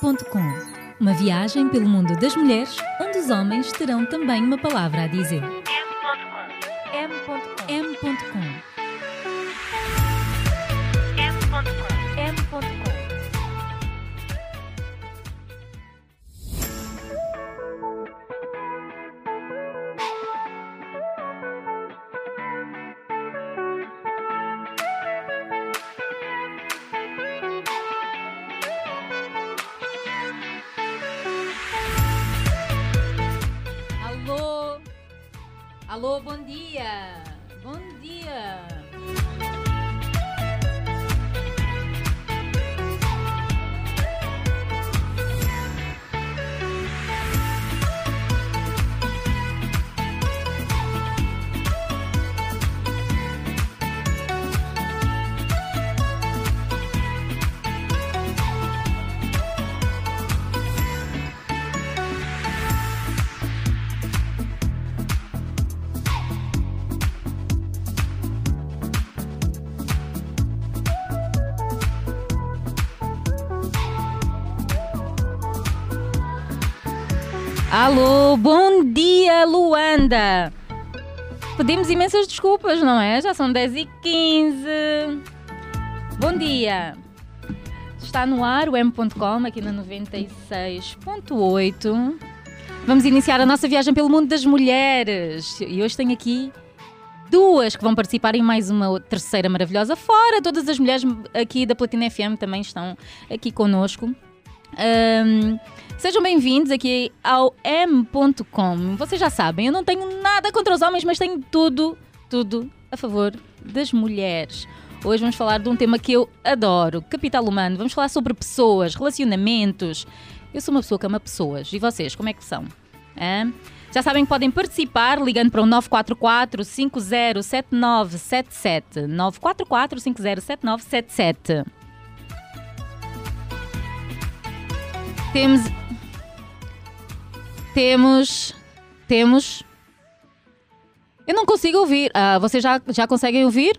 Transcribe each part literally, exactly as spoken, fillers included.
ponto com. Uma viagem pelo mundo das mulheres, onde os homens terão também uma palavra a dizer. M ponto com. M ponto com. M ponto com. M ponto com. Alô? Alô, bom dia! Bom dia! Alô, bom dia, Luanda! Pedimos imensas desculpas, não é? Já são dez e quinze. Bom dia! Está no ar o M ponto com, aqui na noventa e seis ponto oito. Vamos iniciar a nossa viagem pelo mundo das mulheres. E hoje tenho aqui duas que vão participar em mais uma terceira maravilhosa. Fora, todas as mulheres aqui da Platina F M também estão aqui connosco. Um, Sejam bem-vindos aqui ao M ponto com. Vocês já sabem, eu não tenho nada contra os homens, mas tenho tudo, tudo a favor das mulheres. Hoje vamos falar de um tema que eu adoro, capital humano. Vamos falar sobre pessoas, relacionamentos. Eu sou uma pessoa que ama pessoas. E vocês, como é que são? Hã? Já sabem que podem participar ligando para o nove quatro quatro, cinco zero sete nove sete sete. nove quatro quatro, cinco zero sete nove sete sete. Temos... Temos... Temos... Eu não consigo ouvir. Ah, vocês já, já conseguem ouvir?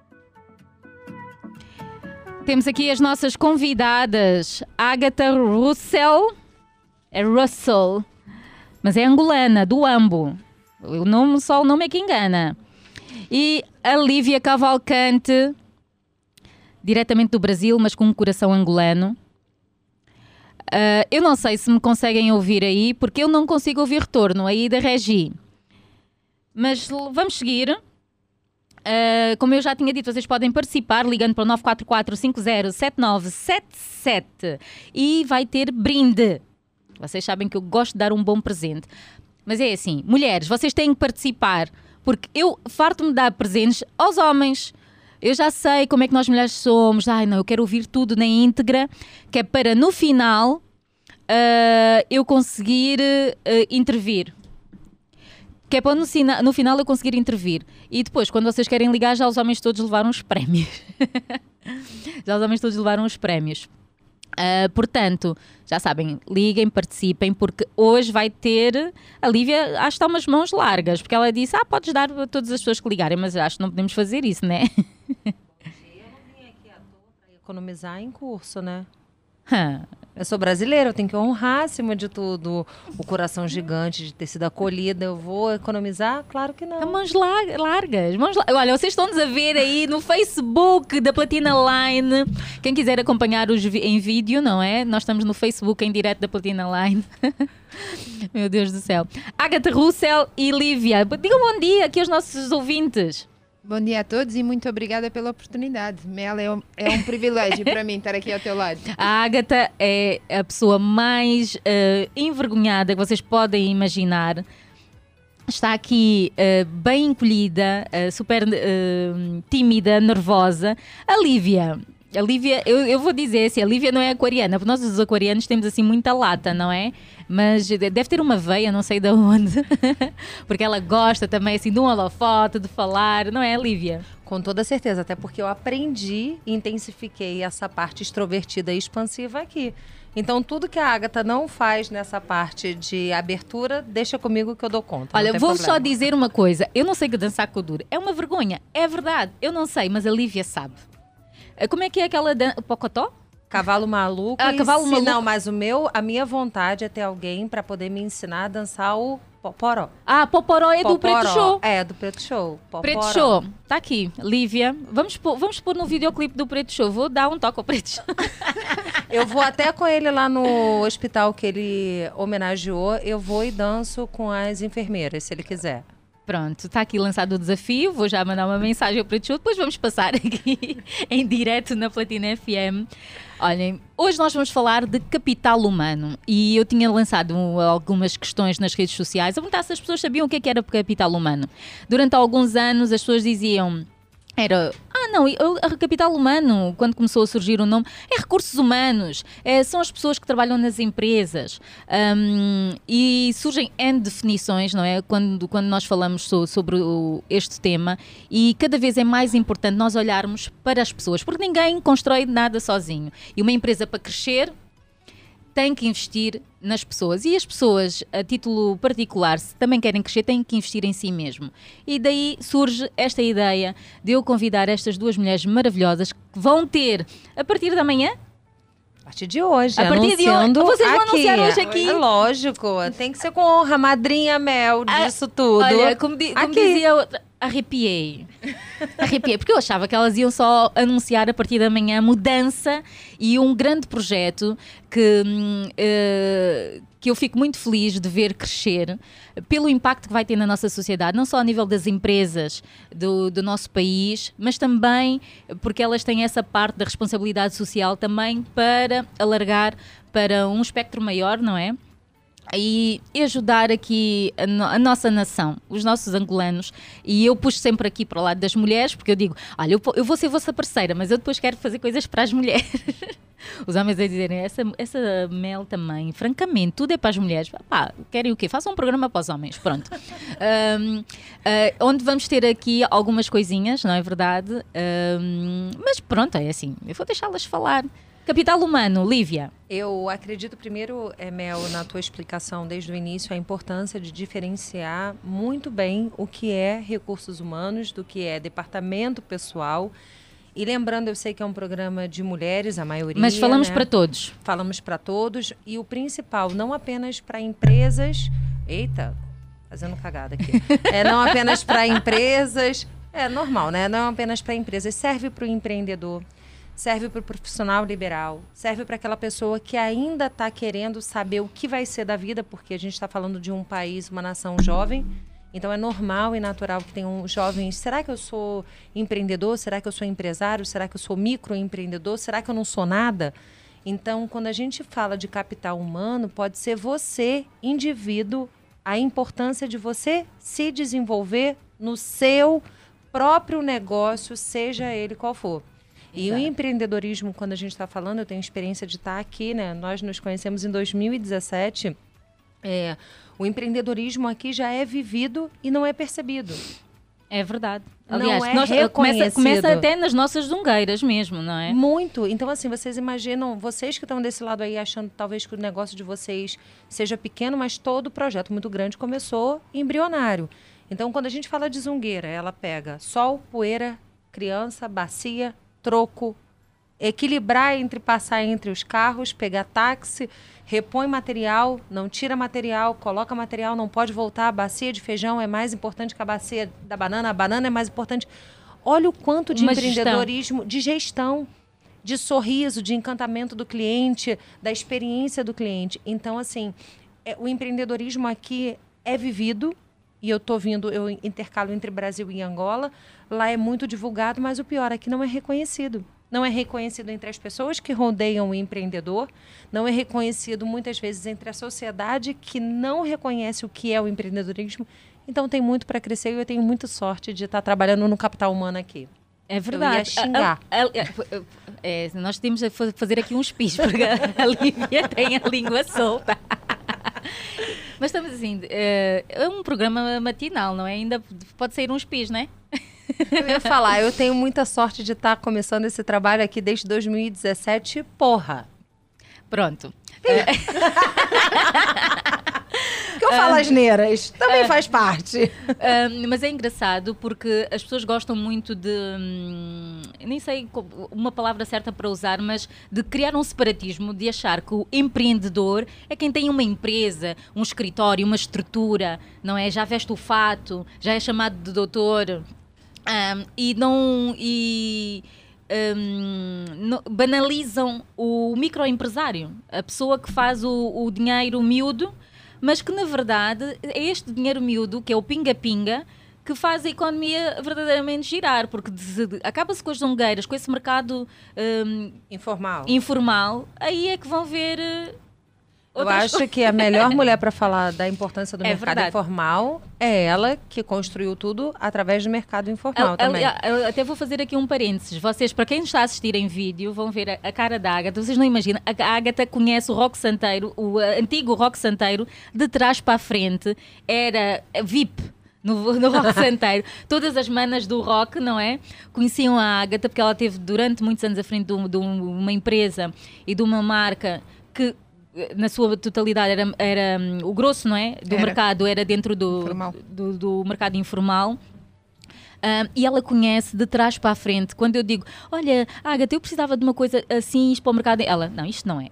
Temos aqui as nossas convidadas. Agatha Russell. É Russell. Mas é angolana, do Ambo. O nome, só o nome é que engana. E a Lívia Cavalcante. Diretamente do Brasil, mas com um coração angolano. Uh, eu não sei se me conseguem ouvir aí, porque eu não consigo ouvir retorno aí da Regi. Mas vamos seguir. Uh, como eu já tinha dito, vocês podem participar ligando para o nove quatro quatro, cinco zero sete nove sete sete. E vai ter brinde. Vocês sabem que eu gosto de dar um bom presente. Mas é assim, mulheres, vocês têm que participar, porque eu farto-me de dar presentes aos homens. Eu já sei como é que nós mulheres somos. Ai, não, eu quero ouvir tudo na íntegra, que é para no final uh, eu conseguir uh, intervir. Que é para no, no final eu conseguir intervir. E depois, quando vocês querem ligar, já os homens todos levaram os prémios. Já os homens todos levaram os prémios. Uh, portanto, já sabem, liguem, participem, porque hoje vai ter... A Lívia, acho que está umas mãos largas, porque ela disse, ah, podes dar a todas as pessoas que ligarem, mas acho que não podemos fazer isso, né? Bom dia, eu não vim aqui à toa para economizar em curso, né? Eu sou brasileira, eu tenho que honrar, acima de tudo, o coração gigante de ter sido acolhida. Eu vou economizar? Claro que não. Mãos largas. Mãos lar... Olha, vocês estão-nos a ver aí no Facebook da Platina Line. Quem quiser acompanhar os vi... em vídeo, não é? Nós estamos no Facebook em direto da Platina Line. Meu Deus do céu. Agatha Russell e Lívia. Digam bom dia aqui aos nossos ouvintes. Bom dia a todos e muito obrigada pela oportunidade. Mel, é um, é um privilégio para mim estar aqui ao teu lado. A Agatha é a pessoa mais uh, envergonhada que vocês podem imaginar. Está aqui uh, bem encolhida, uh, super uh, tímida, nervosa. A Lívia, a Lívia eu, eu vou dizer assim, a Lívia não é aquariana, porque nós os aquarianos temos assim muita lata, não é? Mas deve ter uma veia, não sei de onde, porque ela gosta também assim de um holofote, de falar, não é, Lívia? Com toda certeza, até porque eu aprendi e intensifiquei essa parte extrovertida e expansiva aqui. Então, tudo que a Agatha não faz nessa parte de abertura, deixa comigo que eu dou conta. Olha, vou problema. só dizer uma coisa. Eu não sei que dançar com o duro. É uma vergonha. É verdade. Eu não sei, mas a Lívia sabe. Como é que é aquela dança? Pocotó? Cavalo maluco. Ah, e cavalo se, maluco. Não, mas o meu, a minha vontade é ter alguém para poder me ensinar a dançar o poporó. Ah, Poporó é do Poporó. Preto Show. É, do Preto Show. Poporó. Preto Show, tá aqui, Lívia. Vamos pôr, vamos pôr no videoclipe do Preto Show. Vou dar um toque ao Preto Show. Eu vou até com ele lá no hospital que ele homenageou. Eu vou e danço com as enfermeiras, se ele quiser. Pronto, está aqui lançado o desafio. Vou já mandar uma mensagem ao Preto Show. Depois vamos passar aqui em direto na Platina F M. Olhem, hoje nós vamos falar de capital humano. E eu tinha lançado algumas questões nas redes sociais a perguntar se as pessoas sabiam o que é que era capital humano. Durante alguns anos as pessoas diziam... Era, ah não, a capital humano, quando começou a surgir o nome, é recursos humanos, é, são as pessoas que trabalham nas empresas. Um, e surgem N definições, não é? Quando, quando nós falamos so, sobre o, este tema, e cada vez é mais importante nós olharmos para as pessoas, porque ninguém constrói nada sozinho. E uma empresa para crescer tem que investir nas pessoas. E as pessoas, a título particular, se também querem crescer, têm que investir em si mesmo. E daí surge esta ideia de eu convidar estas duas mulheres maravilhosas que vão ter, a partir da manhã... A partir de hoje, a partir de hoje, vocês vão anunciar hoje aqui. É lógico, tem que ser com honra, madrinha Mel disso tudo. Olha, como, di, como dizia a outra, arrepiei. Arrepiei, porque eu achava que elas iam só anunciar a partir da manhã mudança e um grande projeto que, uh, que eu fico muito feliz de ver crescer pelo impacto que vai ter na nossa sociedade, não só a nível das empresas do, do nosso país, mas também porque elas têm essa parte da responsabilidade social também para alargar para um espectro maior, não é? E ajudar aqui a, no, a nossa nação, os nossos angolanos. E eu puxo sempre aqui para o lado das mulheres, porque eu digo, olha, eu, eu vou ser vossa parceira, mas eu depois quero fazer coisas para as mulheres. Os homens a dizerem, essa, essa Mel também, francamente, tudo é para as mulheres. Pá, querem o quê? Façam um programa para os homens, pronto. um, uh, onde vamos ter aqui algumas coisinhas, não é verdade? Um, mas pronto, é assim, eu vou deixá-las falar. Capital humano, Lívia. Eu acredito primeiro, é, Mel, na tua explicação desde o início, a importância de diferenciar muito bem o que é recursos humanos, do que é departamento pessoal. E lembrando, eu sei que é um programa de mulheres, a maioria. Mas falamos né? para todos. Falamos para todos. E o principal, não apenas para empresas... Eita, fazendo cagada aqui. É, não apenas para empresas... É normal, né? Não apenas para empresas. Serve para o empreendedor. Serve para o profissional liberal, serve para aquela pessoa que ainda está querendo saber o que vai ser da vida, porque a gente está falando de um país, uma nação jovem, então é normal e natural que tenham jovens, será que eu sou empreendedor? Será que eu sou empresário? Será que eu sou microempreendedor? Será que eu não sou nada? Então, quando a gente fala de capital humano, pode ser você, indivíduo, a importância de você se desenvolver no seu próprio negócio, seja ele qual for. E Exato. O empreendedorismo, quando a gente está falando, eu tenho experiência de estar aqui, né? Nós nos conhecemos em dois mil e dezessete. É, o empreendedorismo aqui já é vivido e não é percebido. É verdade. Aliás, não é nós, reconhecido. Começa, começa até nas nossas zungueiras mesmo, não é? Muito. Então, assim, vocês imaginam, vocês que estão desse lado aí achando talvez que o negócio de vocês seja pequeno, mas todo projeto muito grande começou embrionário. Então, quando a gente fala de zungueira, ela pega sol, poeira, criança, bacia, troco, equilibrar entre passar entre os carros, pegar táxi, repõe material, não tira material, coloca material, não pode voltar, a bacia de feijão é mais importante que a bacia da banana, a banana é mais importante. Olha o quanto de Uma empreendedorismo, gestão. de gestão, de sorriso, de encantamento do cliente, da experiência do cliente. Então, assim, é, o empreendedorismo aqui é vivido, e eu estou vindo, eu intercalo entre Brasil e Angola, lá é muito divulgado, mas o pior é que não é reconhecido. Não é reconhecido entre as pessoas que rodeiam o empreendedor, não é reconhecido muitas vezes entre a sociedade que não reconhece o que é o empreendedorismo. Então tem muito para crescer e eu tenho muita sorte de estar trabalhando no capital humano aqui. É verdade. Eu ia xingar. A, a, a, é, nós temos a fazer aqui um espis, porque a Lívia tem a língua solta. Mas estamos assim, é um programa matinal, não é? Ainda pode sair um espis, não é? Eu ia falar, eu tenho muita sorte de estar começando esse trabalho aqui desde dois mil e dezessete, porra. Pronto. É. Porque eu falo asneiras, também uh, faz parte. Uh, mas é engraçado porque as pessoas gostam muito de, hum, nem sei uma palavra certa para usar, mas de criar um separatismo, de achar que o empreendedor é quem tem uma empresa, um escritório, uma estrutura, não é? Já veste o fato, já é chamado de doutor, um, e não... E, Um, no, banalizam o microempresário, a pessoa que faz o, o dinheiro miúdo, mas que na verdade é este dinheiro miúdo, que é o pinga-pinga, que faz a economia verdadeiramente girar, porque acaba-se com as zongueiras, com esse mercado um, informal. informal, aí é que vão ver... Uh, Eu acho coisas. que a melhor mulher para falar da importância do é mercado verdade. informal é ela que construiu tudo através do mercado informal eu, também. Eu, eu até vou fazer aqui um parênteses. Vocês, para quem está a assistir em vídeo, vão ver a, a cara da Ágata. Vocês não imaginam. A Ágata conhece o Roque Santeiro, o antigo Roque Santeiro, de trás para a frente. Era V I P. No, no Roque Santeiro. Todas as manas do rock, não é? Conheciam a Ágata porque ela teve durante muitos anos à frente de, de uma empresa e de uma marca que na sua totalidade era, era o grosso, não é? Do era. mercado, era dentro do, do, do mercado informal. Um, e ela conhece de trás para a frente. Quando eu digo, olha, Ágata, eu precisava de uma coisa assim, isto para o mercado. Ela, não, isto não é.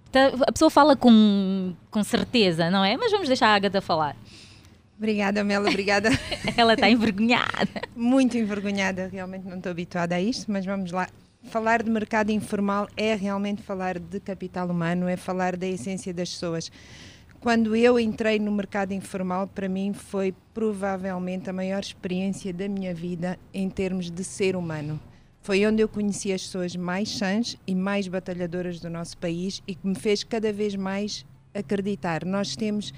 A pessoa fala com, com certeza, não é? Mas vamos deixar a Ágata falar. Obrigada, Mela, obrigada. Ela está envergonhada. Muito envergonhada, realmente não estou habituada a isto, mas vamos lá. Falar de mercado informal é realmente falar de capital humano, é falar da essência das pessoas. Quando eu entrei no mercado informal, para mim foi provavelmente a maior experiência da minha vida em termos de ser humano. Foi onde eu conheci as pessoas mais sãs e mais batalhadoras do nosso país e que me fez cada vez mais acreditar. Nós temos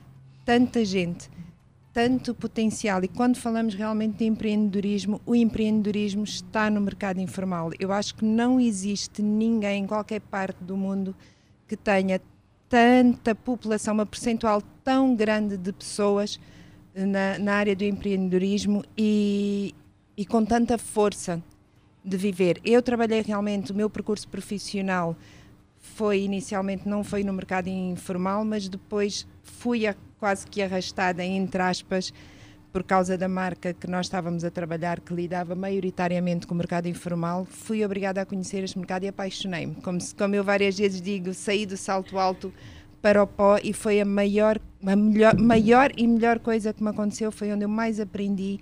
tanta gente, tanto potencial, e quando falamos realmente de empreendedorismo, o empreendedorismo está no mercado informal. Eu acho que não existe ninguém em qualquer parte do mundo que tenha tanta população, uma percentual tão grande de pessoas na, na área do empreendedorismo e, e com tanta força de viver. Eu trabalhei realmente, o meu percurso profissional foi inicialmente, não foi no mercado informal, mas depois fui a quase que arrastada, entre aspas, por causa da marca que nós estávamos a trabalhar, que lidava maioritariamente com o mercado informal, fui obrigada a conhecer este mercado e apaixonei-me. Como, como eu várias vezes digo, saí do salto alto para o pó e foi a maior, a melhor, maior e melhor coisa que me aconteceu, foi onde eu mais aprendi,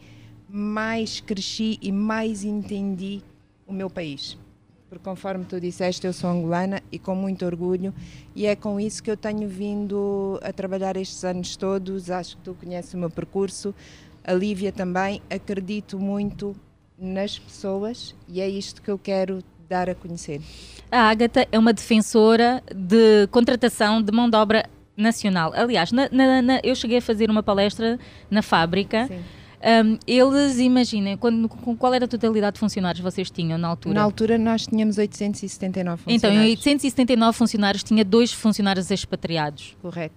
mais cresci e mais entendi o meu país. Porque conforme tu disseste, eu sou angolana e com muito orgulho, e é com isso que eu tenho vindo a trabalhar estes anos todos. Acho que tu conheces o meu percurso, a Lívia também. Acredito muito nas pessoas e é isto que eu quero dar a conhecer. A Ágata é uma defensora de contratação de mão de obra nacional. Aliás, na, na, na, eu cheguei a fazer uma palestra na fábrica. Sim. Um, eles, imaginem, quando, qual era a totalidade de funcionários vocês tinham na altura? Na altura nós tínhamos oitocentos e setenta e nove funcionários. Então, em oitocentos e setenta e nove funcionários tinha dois funcionários expatriados. Correto.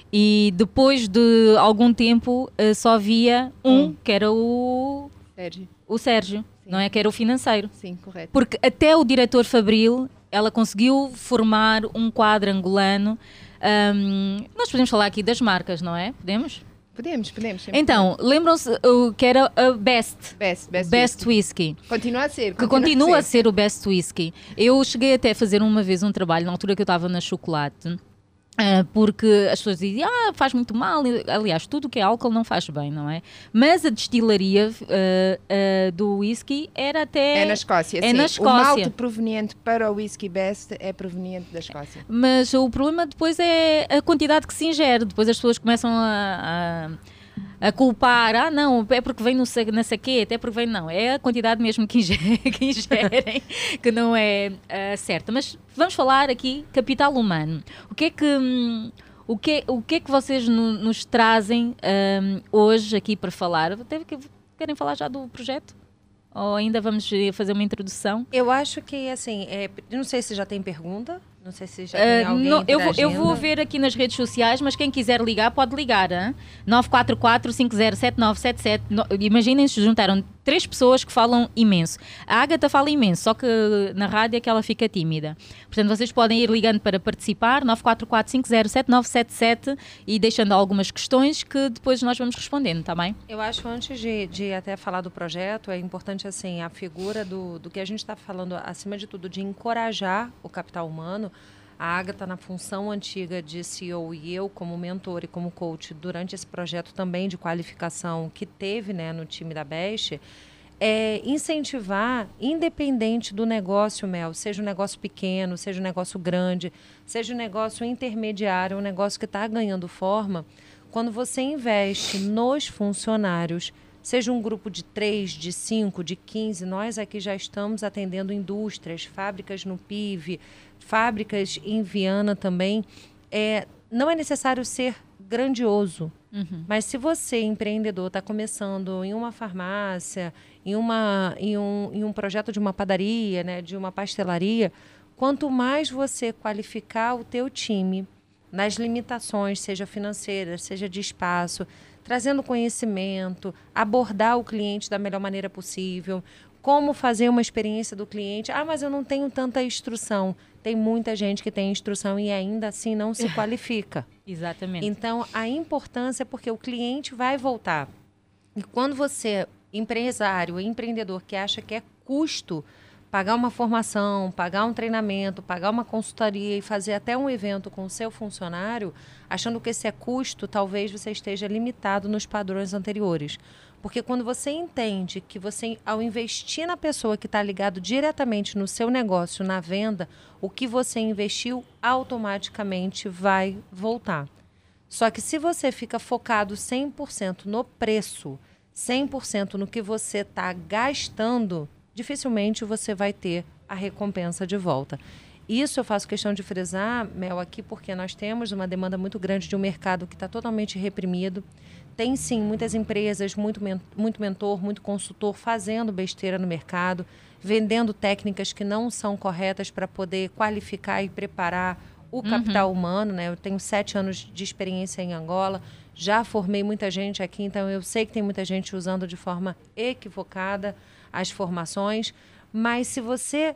E depois de algum tempo uh, só havia um, hum. que era o Sérgio, o Sérgio, não é? Que era o financeiro. Sim, correto. Porque até o diretor Fabril, ela conseguiu formar um quadro angolano. Um, nós podemos falar aqui das marcas, não é? Podemos? Podemos, podemos. Então, lembram-se uh, que era a Best. Best, Best, Best Whisky. whisky. Continua a ser. Continua que continua a ser. a ser o Best Whisky. Eu cheguei até a fazer uma vez um trabalho, na altura que eu estava na Chocolate, uh, porque as pessoas diziam, ah, faz muito mal. Aliás, tudo que é álcool não faz bem, não é? Mas a destilaria uh, uh, do whisky era até... É na Escócia, é sim. Na Escócia. O malte proveniente para o whisky Best é proveniente da Escócia. Mas o problema depois é a quantidade que se ingere. Depois as pessoas começam a... a a culpar, ah não, é porque vem no, na saqueta, é porque vem, não, é a quantidade mesmo que ingerem, que, ingerem, que não é uh, certa. Mas vamos falar aqui capital humano. O que é que, um, o que, o que, é que vocês no, nos trazem um, hoje aqui para falar? Querem falar já do projeto? Ou ainda vamos fazer uma introdução? Eu acho que, assim, é, não sei se já tem pergunta, não sei se já tem alguém uh, não, eu, vou, eu vou ver aqui nas redes sociais, mas quem quiser ligar, pode ligar. Hein? nove quatro quatro, cinco zero sete nove sete sete. No, imaginem, se juntaram três pessoas que falam imenso. A Ágata fala imenso, só que na rádio é que ela fica tímida. Portanto, vocês podem ir ligando para participar, nove quatro quatro, cinco zero sete, nove sete sete, e deixando algumas questões que depois nós vamos respondendo, está bem? Eu acho, antes de, de até falar do projeto, é importante, assim, a figura do, do que a gente está falando, acima de tudo, de encorajar o capital humano. A Ágata, na função antiga de C E O, e eu como mentor e como coach durante esse projeto também de qualificação que teve, né, no time da Best, é incentivar, independente do negócio, Mel, seja um negócio pequeno, seja um negócio grande, seja um negócio intermediário, um negócio que está ganhando forma, quando você investe nos funcionários, seja um grupo de três, de cinco, de quinze, nós aqui já estamos atendendo indústrias, fábricas no P I V, fábricas em Viana também. É, não é necessário ser grandioso, uhum. mas se você, empreendedor, está começando em uma farmácia, em, uma, em, um, em um projeto de uma padaria, né, de uma pastelaria, quanto mais você qualificar o teu time nas limitações, seja financeiras, seja de espaço, trazendo conhecimento, abordar o cliente da melhor maneira possível, como fazer uma experiência do cliente. Ah, mas eu não tenho tanta instrução. Tem muita gente que tem instrução e ainda assim não se qualifica. Exatamente. Então, a importância é porque o cliente vai voltar. E quando você, empresário, empreendedor, que acha que é custo pagar uma formação, pagar um treinamento, pagar uma consultoria e fazer até um evento com o seu funcionário, achando que esse é custo, talvez você esteja limitado nos padrões anteriores. Porque quando você entende que você, ao investir na pessoa que está ligado diretamente no seu negócio, na venda, o que você investiu automaticamente vai voltar. Só que se você fica focado cem por cento no preço, cem por cento no que você está gastando, dificilmente você vai ter a recompensa de volta. Isso eu faço questão de frisar, Mel, aqui porque nós temos uma demanda muito grande de um mercado que está totalmente reprimido. Tem sim muitas empresas, muito, men- muito mentor, muito consultor fazendo besteira no mercado, vendendo técnicas que não são corretas para poder qualificar e preparar o capital uhum. humano, né? Eu tenho sete anos de experiência em Angola, já formei muita gente aqui, então eu sei que tem muita gente usando de forma equivocada as formações, mas se você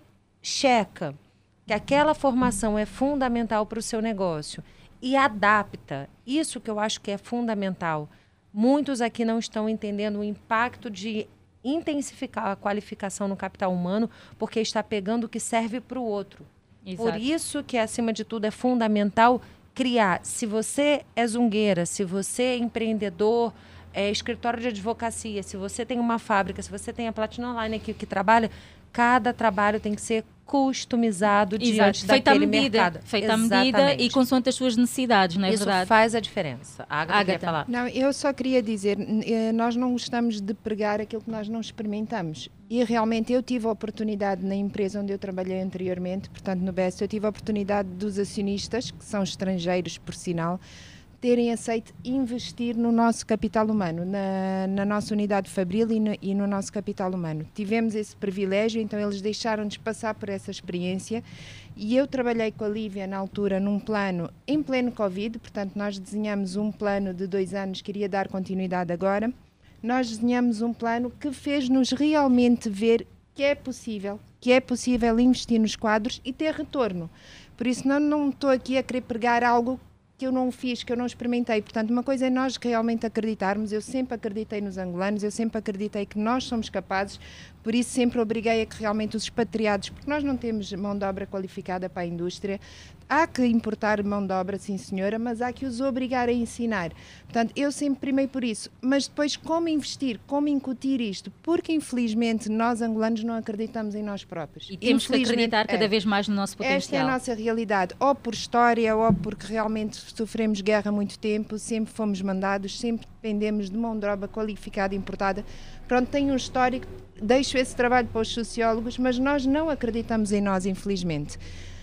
checa que aquela formação é fundamental para o seu negócio e adapta, isso que eu acho que é fundamental. Muitos aqui não estão entendendo o impacto de intensificar a qualificação no capital humano porque está pegando o que serve para o outro. Exato. Por isso que, acima de tudo, é fundamental criar. Se você é zungueira, se você é empreendedor, é escritório de advocacia, se você tem uma fábrica, se você tem a Platina Online aqui que trabalha, cada trabalho tem que ser customizado Exato. Diante feita daquele medida, mercado. Feita à medida e consoante as suas necessidades, não é Isso verdade? faz a diferença. A Ágata quer falar. Não, eu só queria dizer, nós não gostamos de pregar aquilo que nós não experimentamos. E realmente eu tive a oportunidade na empresa onde eu trabalhei anteriormente, portanto no Best, eu tive a oportunidade dos acionistas, que são estrangeiros por sinal, terem aceito investir no nosso capital humano, na, na nossa unidade fabril e no, e no nosso capital humano. Tivemos esse privilégio, então eles deixaram-nos passar por essa experiência e eu trabalhei com a Lívia na altura num plano em pleno Covid, portanto nós desenhamos um plano de dois anos que iria dar continuidade agora. Nós desenhamos um plano que fez-nos realmente ver que é possível, que é possível investir nos quadros e ter retorno. Por isso não, não estou aqui a querer pregar algo que eu não fiz, que eu não experimentei. Portanto, uma coisa é nós realmente acreditarmos. Eu sempre acreditei nos angolanos, eu sempre acreditei que nós somos capazes, por isso sempre obriguei a que realmente os expatriados, porque nós não temos mão de obra qualificada para a indústria, há que importar mão de obra, sim senhora, mas há que os obrigar a ensinar. Portanto, eu sempre primei por isso. Mas depois, como investir, como incutir isto? Porque, infelizmente, nós angolanos não acreditamos em nós próprios. E temos que acreditar cada é. vez mais no nosso potencial. Esta é a nossa realidade, ou por história, ou porque realmente sofremos guerra há muito tempo, sempre fomos mandados, sempre dependemos de mão de obra qualificada, importada. Pronto, tenho um histórico, deixo esse trabalho para os sociólogos, mas nós não acreditamos em nós, infelizmente.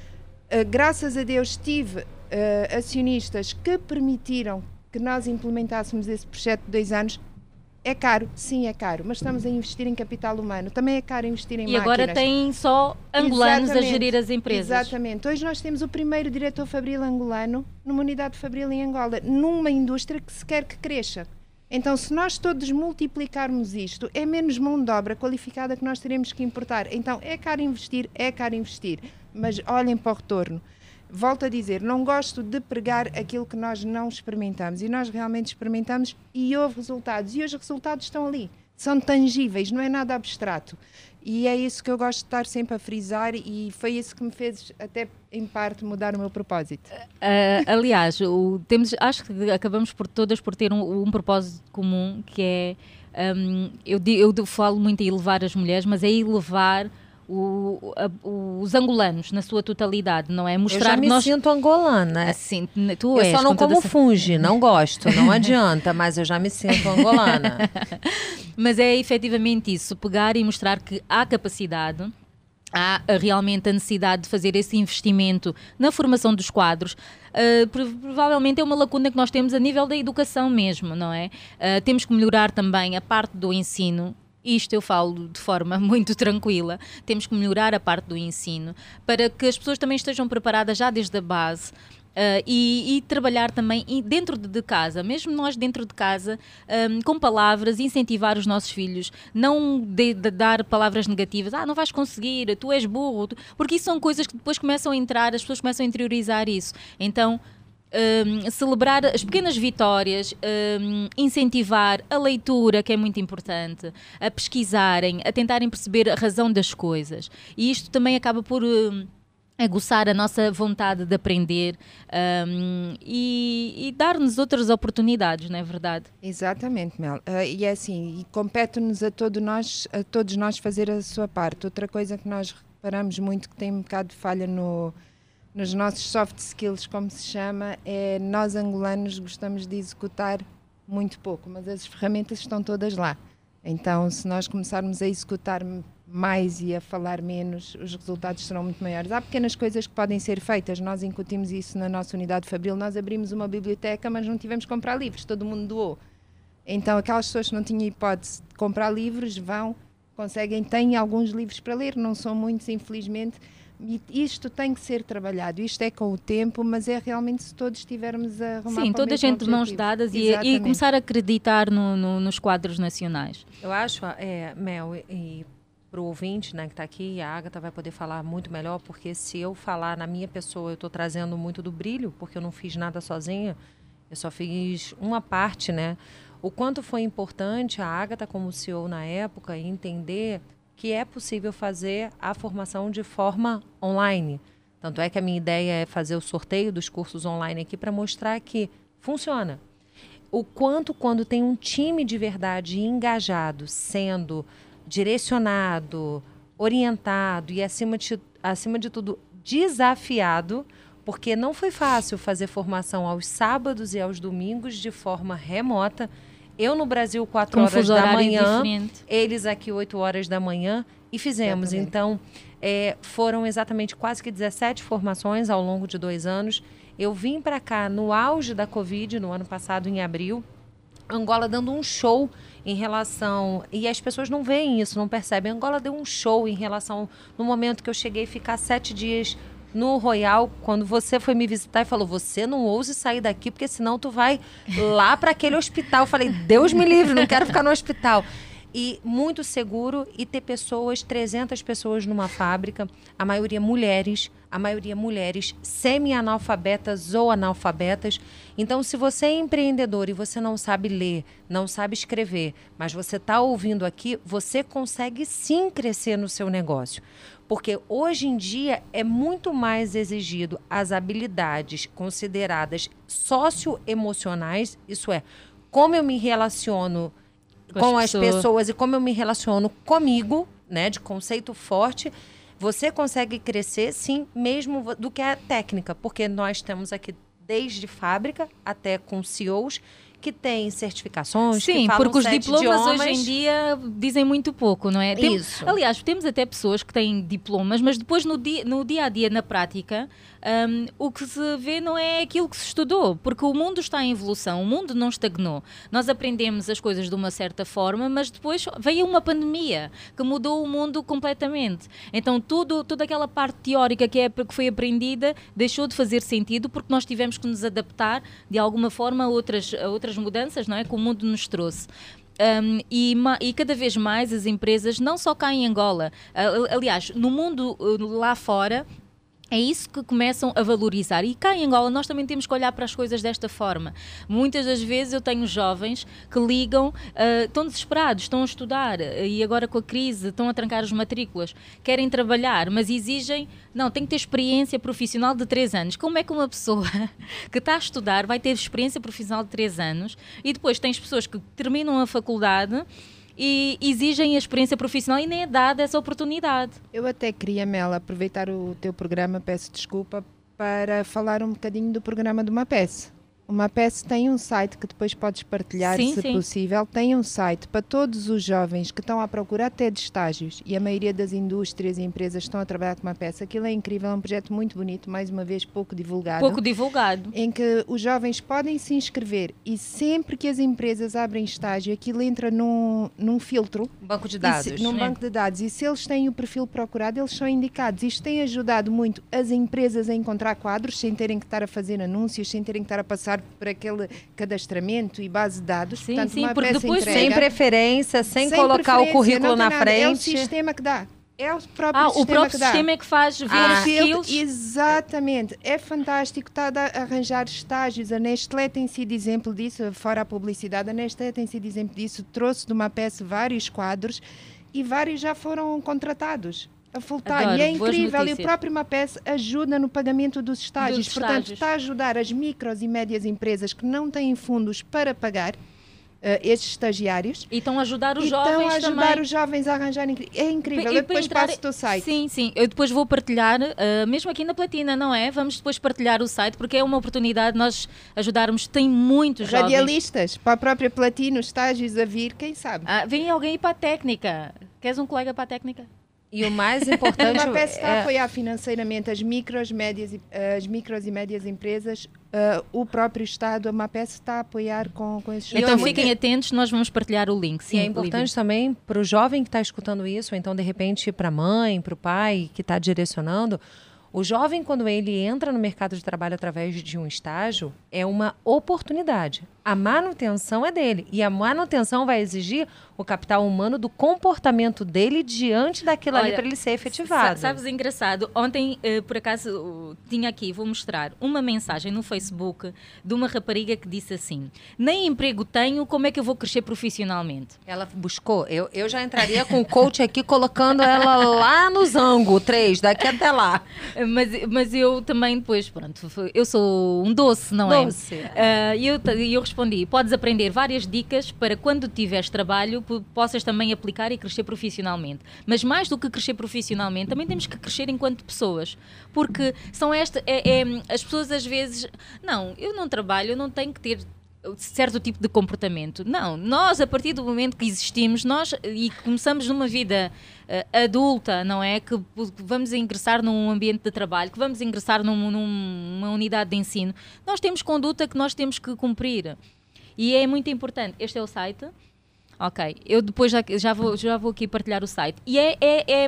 Uh, graças a Deus tive uh, acionistas que permitiram que nós implementássemos esse projeto de dois anos. É caro, sim é caro, mas estamos a investir em capital humano, também é caro investir em e máquinas. E agora tem só angolanos Exatamente, a gerir as empresas. Exatamente, hoje nós temos o primeiro diretor fabril angolano numa unidade fabril em Angola, numa indústria que se quer que cresça. Então, se nós todos multiplicarmos isto, é menos mão de obra qualificada que nós teremos que importar. Então, é caro investir, é caro investir, mas olhem para o retorno. Volto a dizer, não gosto de pregar aquilo que nós não experimentamos, e nós realmente experimentamos e houve resultados, e os resultados estão ali, são tangíveis, não é nada abstrato. E é isso que eu gosto de estar sempre a frisar, e foi isso que me fez, até em parte, mudar o meu propósito. Uh, aliás, o, temos, acho que acabamos por todas por ter um, um propósito comum, que é, um, eu, eu falo muito em elevar as mulheres, mas é elevar o, a, os angolanos na sua totalidade, não é? Mostrar eu já me nós... sinto angolana. Assim, tu eu és, só não como essa... funge, não gosto, não adianta, mas eu já me sinto angolana. Mas é efetivamente isso, pegar e mostrar que há capacidade, há realmente a necessidade de fazer esse investimento na formação dos quadros. Uh, provavelmente é uma lacuna que nós temos a nível da educação mesmo, não é? Uh, temos que melhorar também a parte do ensino. Isto eu falo de forma muito tranquila. Temos que melhorar a parte do ensino para que as pessoas também estejam preparadas já desde a base. Uh, e, e trabalhar também dentro de, de casa, mesmo nós dentro de casa, um, com palavras, incentivar os nossos filhos, não de, de dar palavras negativas, ah, não vais conseguir, tu és burro, tu... porque isso são coisas que depois começam a entrar, as pessoas começam a interiorizar isso. Então, um, celebrar as pequenas vitórias, um, incentivar a leitura, que é muito importante, a pesquisarem, a tentarem perceber a razão das coisas. E isto também acaba por... Um, aguçar a nossa vontade de aprender um, e, e dar-nos outras oportunidades, não é verdade? Exatamente, Mel. Uh, e é assim, e compete-nos a, todo nós, a todos nós fazer a sua parte. Outra coisa que nós reparamos muito que tem um bocado de falha no, nos nossos soft skills, como se chama, é nós angolanos gostamos de executar muito pouco, mas as ferramentas estão todas lá. Então, se nós começarmos a executar mais e a falar menos, os resultados serão muito maiores. Há pequenas coisas que podem ser feitas. Nós incutimos isso na nossa unidade fabril. Nós abrimos uma biblioteca, mas não tivemos que comprar livros. Todo mundo doou. Então, aquelas pessoas que não tinham hipótese de comprar livros, vão, conseguem, têm alguns livros para ler. Não são muitos, infelizmente. E isto tem que ser trabalhado. Isto é com o tempo, mas é realmente se todos estivermos a arrumar. Sim, toda a gente de mãos dadas e, e começar a acreditar no, no, nos quadros nacionais. Eu acho, é, Mel, e para o ouvinte, né, que está aqui, a Ágata vai poder falar muito melhor, porque se eu falar na minha pessoa, eu estou trazendo muito do brilho, porque eu não fiz nada sozinha, eu só fiz uma parte, né? O quanto foi importante a Ágata, como C E O na época, entender que é possível fazer a formação de forma online. Tanto é que a minha ideia é fazer o sorteio dos cursos online aqui para mostrar que funciona. O quanto, quando tem um time de verdade engajado, sendo direcionado, orientado e, acima de, acima de tudo, desafiado, porque não foi fácil fazer formação aos sábados e aos domingos de forma remota. Eu no Brasil, quatro horas da manhã, diferente. Eles aqui, oito horas da manhã, e fizemos. Então, é, foram exatamente quase que dezessete formações ao longo de dois anos. Eu vim para cá no auge da Covid, no ano passado, em abril, Angola dando um show em relação... E as pessoas não veem isso, não percebem. Angola deu um show em relação... No momento que eu cheguei a ficar sete dias no Royal, quando você foi me visitar e falou, você não ouse sair daqui, porque senão tu vai lá para aquele hospital. Eu falei, Deus me livre, não quero ficar no hospital. E muito seguro, e ter pessoas, trezentas pessoas numa fábrica, a maioria mulheres, a maioria mulheres semi-analfabetas ou analfabetas. Então, se você é empreendedor e você não sabe ler, não sabe escrever, mas você está ouvindo aqui, você consegue sim crescer no seu negócio. Porque hoje em dia é muito mais exigido as habilidades consideradas socioemocionais, isso é, como eu me relaciono com as pessoas e como eu me relaciono comigo, né, de conceito forte, você consegue crescer, sim, mesmo do que a técnica, porque nós temos aqui desde fábrica até com C E Os que têm certificações, sim, que falam porque os sete diplomas idiomas. Hoje em dia dizem muito pouco, não é? Tem, Isso. Aliás, temos até pessoas que têm diplomas, mas depois no dia, no dia a dia, na prática, um, o que se vê não é aquilo que se estudou, porque o mundo está em evolução, o mundo não estagnou. Nós aprendemos as coisas de uma certa forma, mas depois veio uma pandemia que mudou o mundo completamente. Então, tudo, toda aquela parte teórica que, é, que foi aprendida deixou de fazer sentido porque nós tivemos que nos adaptar de alguma forma a outras, a outras outras mudanças, não é, que o mundo nos trouxe. Um, e, e cada vez mais as empresas, não só cá em Angola, uh, aliás, no mundo uh, lá fora, é isso que começam a valorizar. E cá em Angola nós também temos que olhar para as coisas desta forma. Muitas das vezes eu tenho jovens que ligam, uh, estão desesperados, estão a estudar uh, e agora com a crise estão a trancar as matrículas, querem trabalhar, mas exigem, não, tem que ter experiência profissional de três anos. Como é que uma pessoa que está a estudar vai ter experiência profissional de três anos e depois tens pessoas que terminam a faculdade e exigem a experiência profissional e nem é dada essa oportunidade. Eu até queria, Mel, aproveitar o teu programa, peço desculpa, para falar um bocadinho do programa do MAPES. O MAPES tem um site que depois podes partilhar, sim, se sim. possível. Tem um site para todos os jovens que estão à procura até de estágios, e a maioria das indústrias e empresas estão a trabalhar com o MAPES. Aquilo é incrível, é um projeto muito bonito, mais uma vez pouco divulgado. Pouco divulgado. Em que os jovens podem se inscrever e sempre que as empresas abrem estágio, aquilo entra num, num filtro. Banco de dados. Se, num é. banco de dados. E se eles têm o perfil procurado, eles são indicados. Isto tem ajudado muito as empresas a encontrar quadros, sem terem que estar a fazer anúncios, sem terem que estar a passar por aquele cadastramento e base de dados. Sim, Portanto, sim, uma porque peça depois entrega, sem preferência, sem, sem colocar preferência, o currículo na nada, frente. É o sistema que dá. É o próprio ah, sistema o próprio que dá. sistema é que faz ver ah, os skills. Exatamente. É fantástico. Está a arranjar estágios. A Nestlé tem sido exemplo disso, fora a publicidade. A Nestlé tem sido exemplo disso. Trouxe de uma peça vários quadros e vários já foram contratados a full time. Adoro, e é incrível. E o próprio MAPES ajuda no pagamento dos estágios. Dos Portanto, estágios. está a ajudar as micros e médias empresas que não têm fundos para pagar Uh, estes estagiários. E estão a ajudar os e jovens também. Estão a ajudar também. os jovens a arranjarem. É incrível. E, Eu depois entrar... passo o teu site. Sim, sim. Eu depois vou partilhar, uh, mesmo aqui na Platina, não é? Vamos depois partilhar o site, porque é uma oportunidade de nós ajudarmos. Tem muitos jovens. Radialistas, para a própria Platina, os estágios a vir, quem sabe? Ah, vem alguém ir para a técnica. Queres um colega para a técnica? E o mais importante... O MAPES está é... a apoiar financeiramente as micros, médias, as micros e médias empresas. Uh, o próprio Estado, a MAPES está a apoiar com, com esses... Então fiquem atentos, nós vamos partilhar o link. Sim, e é importante Lívia. também para o jovem que está escutando isso, ou então de repente para a mãe, para o pai que está direcionando, o jovem, quando ele entra no mercado de trabalho através de um estágio, é uma oportunidade. A manutenção é dele. E a manutenção vai exigir o capital humano do comportamento dele diante daquilo Olha, ali para ele ser efetivado. Sabes, engraçado, ontem, uh, por acaso, uh, tinha aqui, vou mostrar, uma mensagem no Facebook de uma rapariga que disse assim: nem emprego tenho, como é que eu vou crescer profissionalmente? Ela buscou. Eu, eu já entraria com o coach aqui, colocando ela lá no Zango, três, daqui até lá. Mas, mas eu também depois, pronto, eu sou um doce, não doce. é? E uh, eu, eu respondi, podes aprender várias dicas para quando tiveres trabalho, possas também aplicar e crescer profissionalmente. Mas mais do que crescer profissionalmente, também temos que crescer enquanto pessoas. Porque são esta, é, é, as pessoas às vezes, não, eu não trabalho, eu não tenho que ter certo tipo de comportamento. Não, nós a partir do momento que existimos, nós e começamos numa vida uh, adulta, não é? Que, que vamos ingressar num ambiente de trabalho, que vamos ingressar num, numa unidade de ensino, nós temos conduta que nós temos que cumprir. E é muito importante. Este é o site. Ok, eu depois já, já, vou, já vou aqui partilhar o site. E é, é, é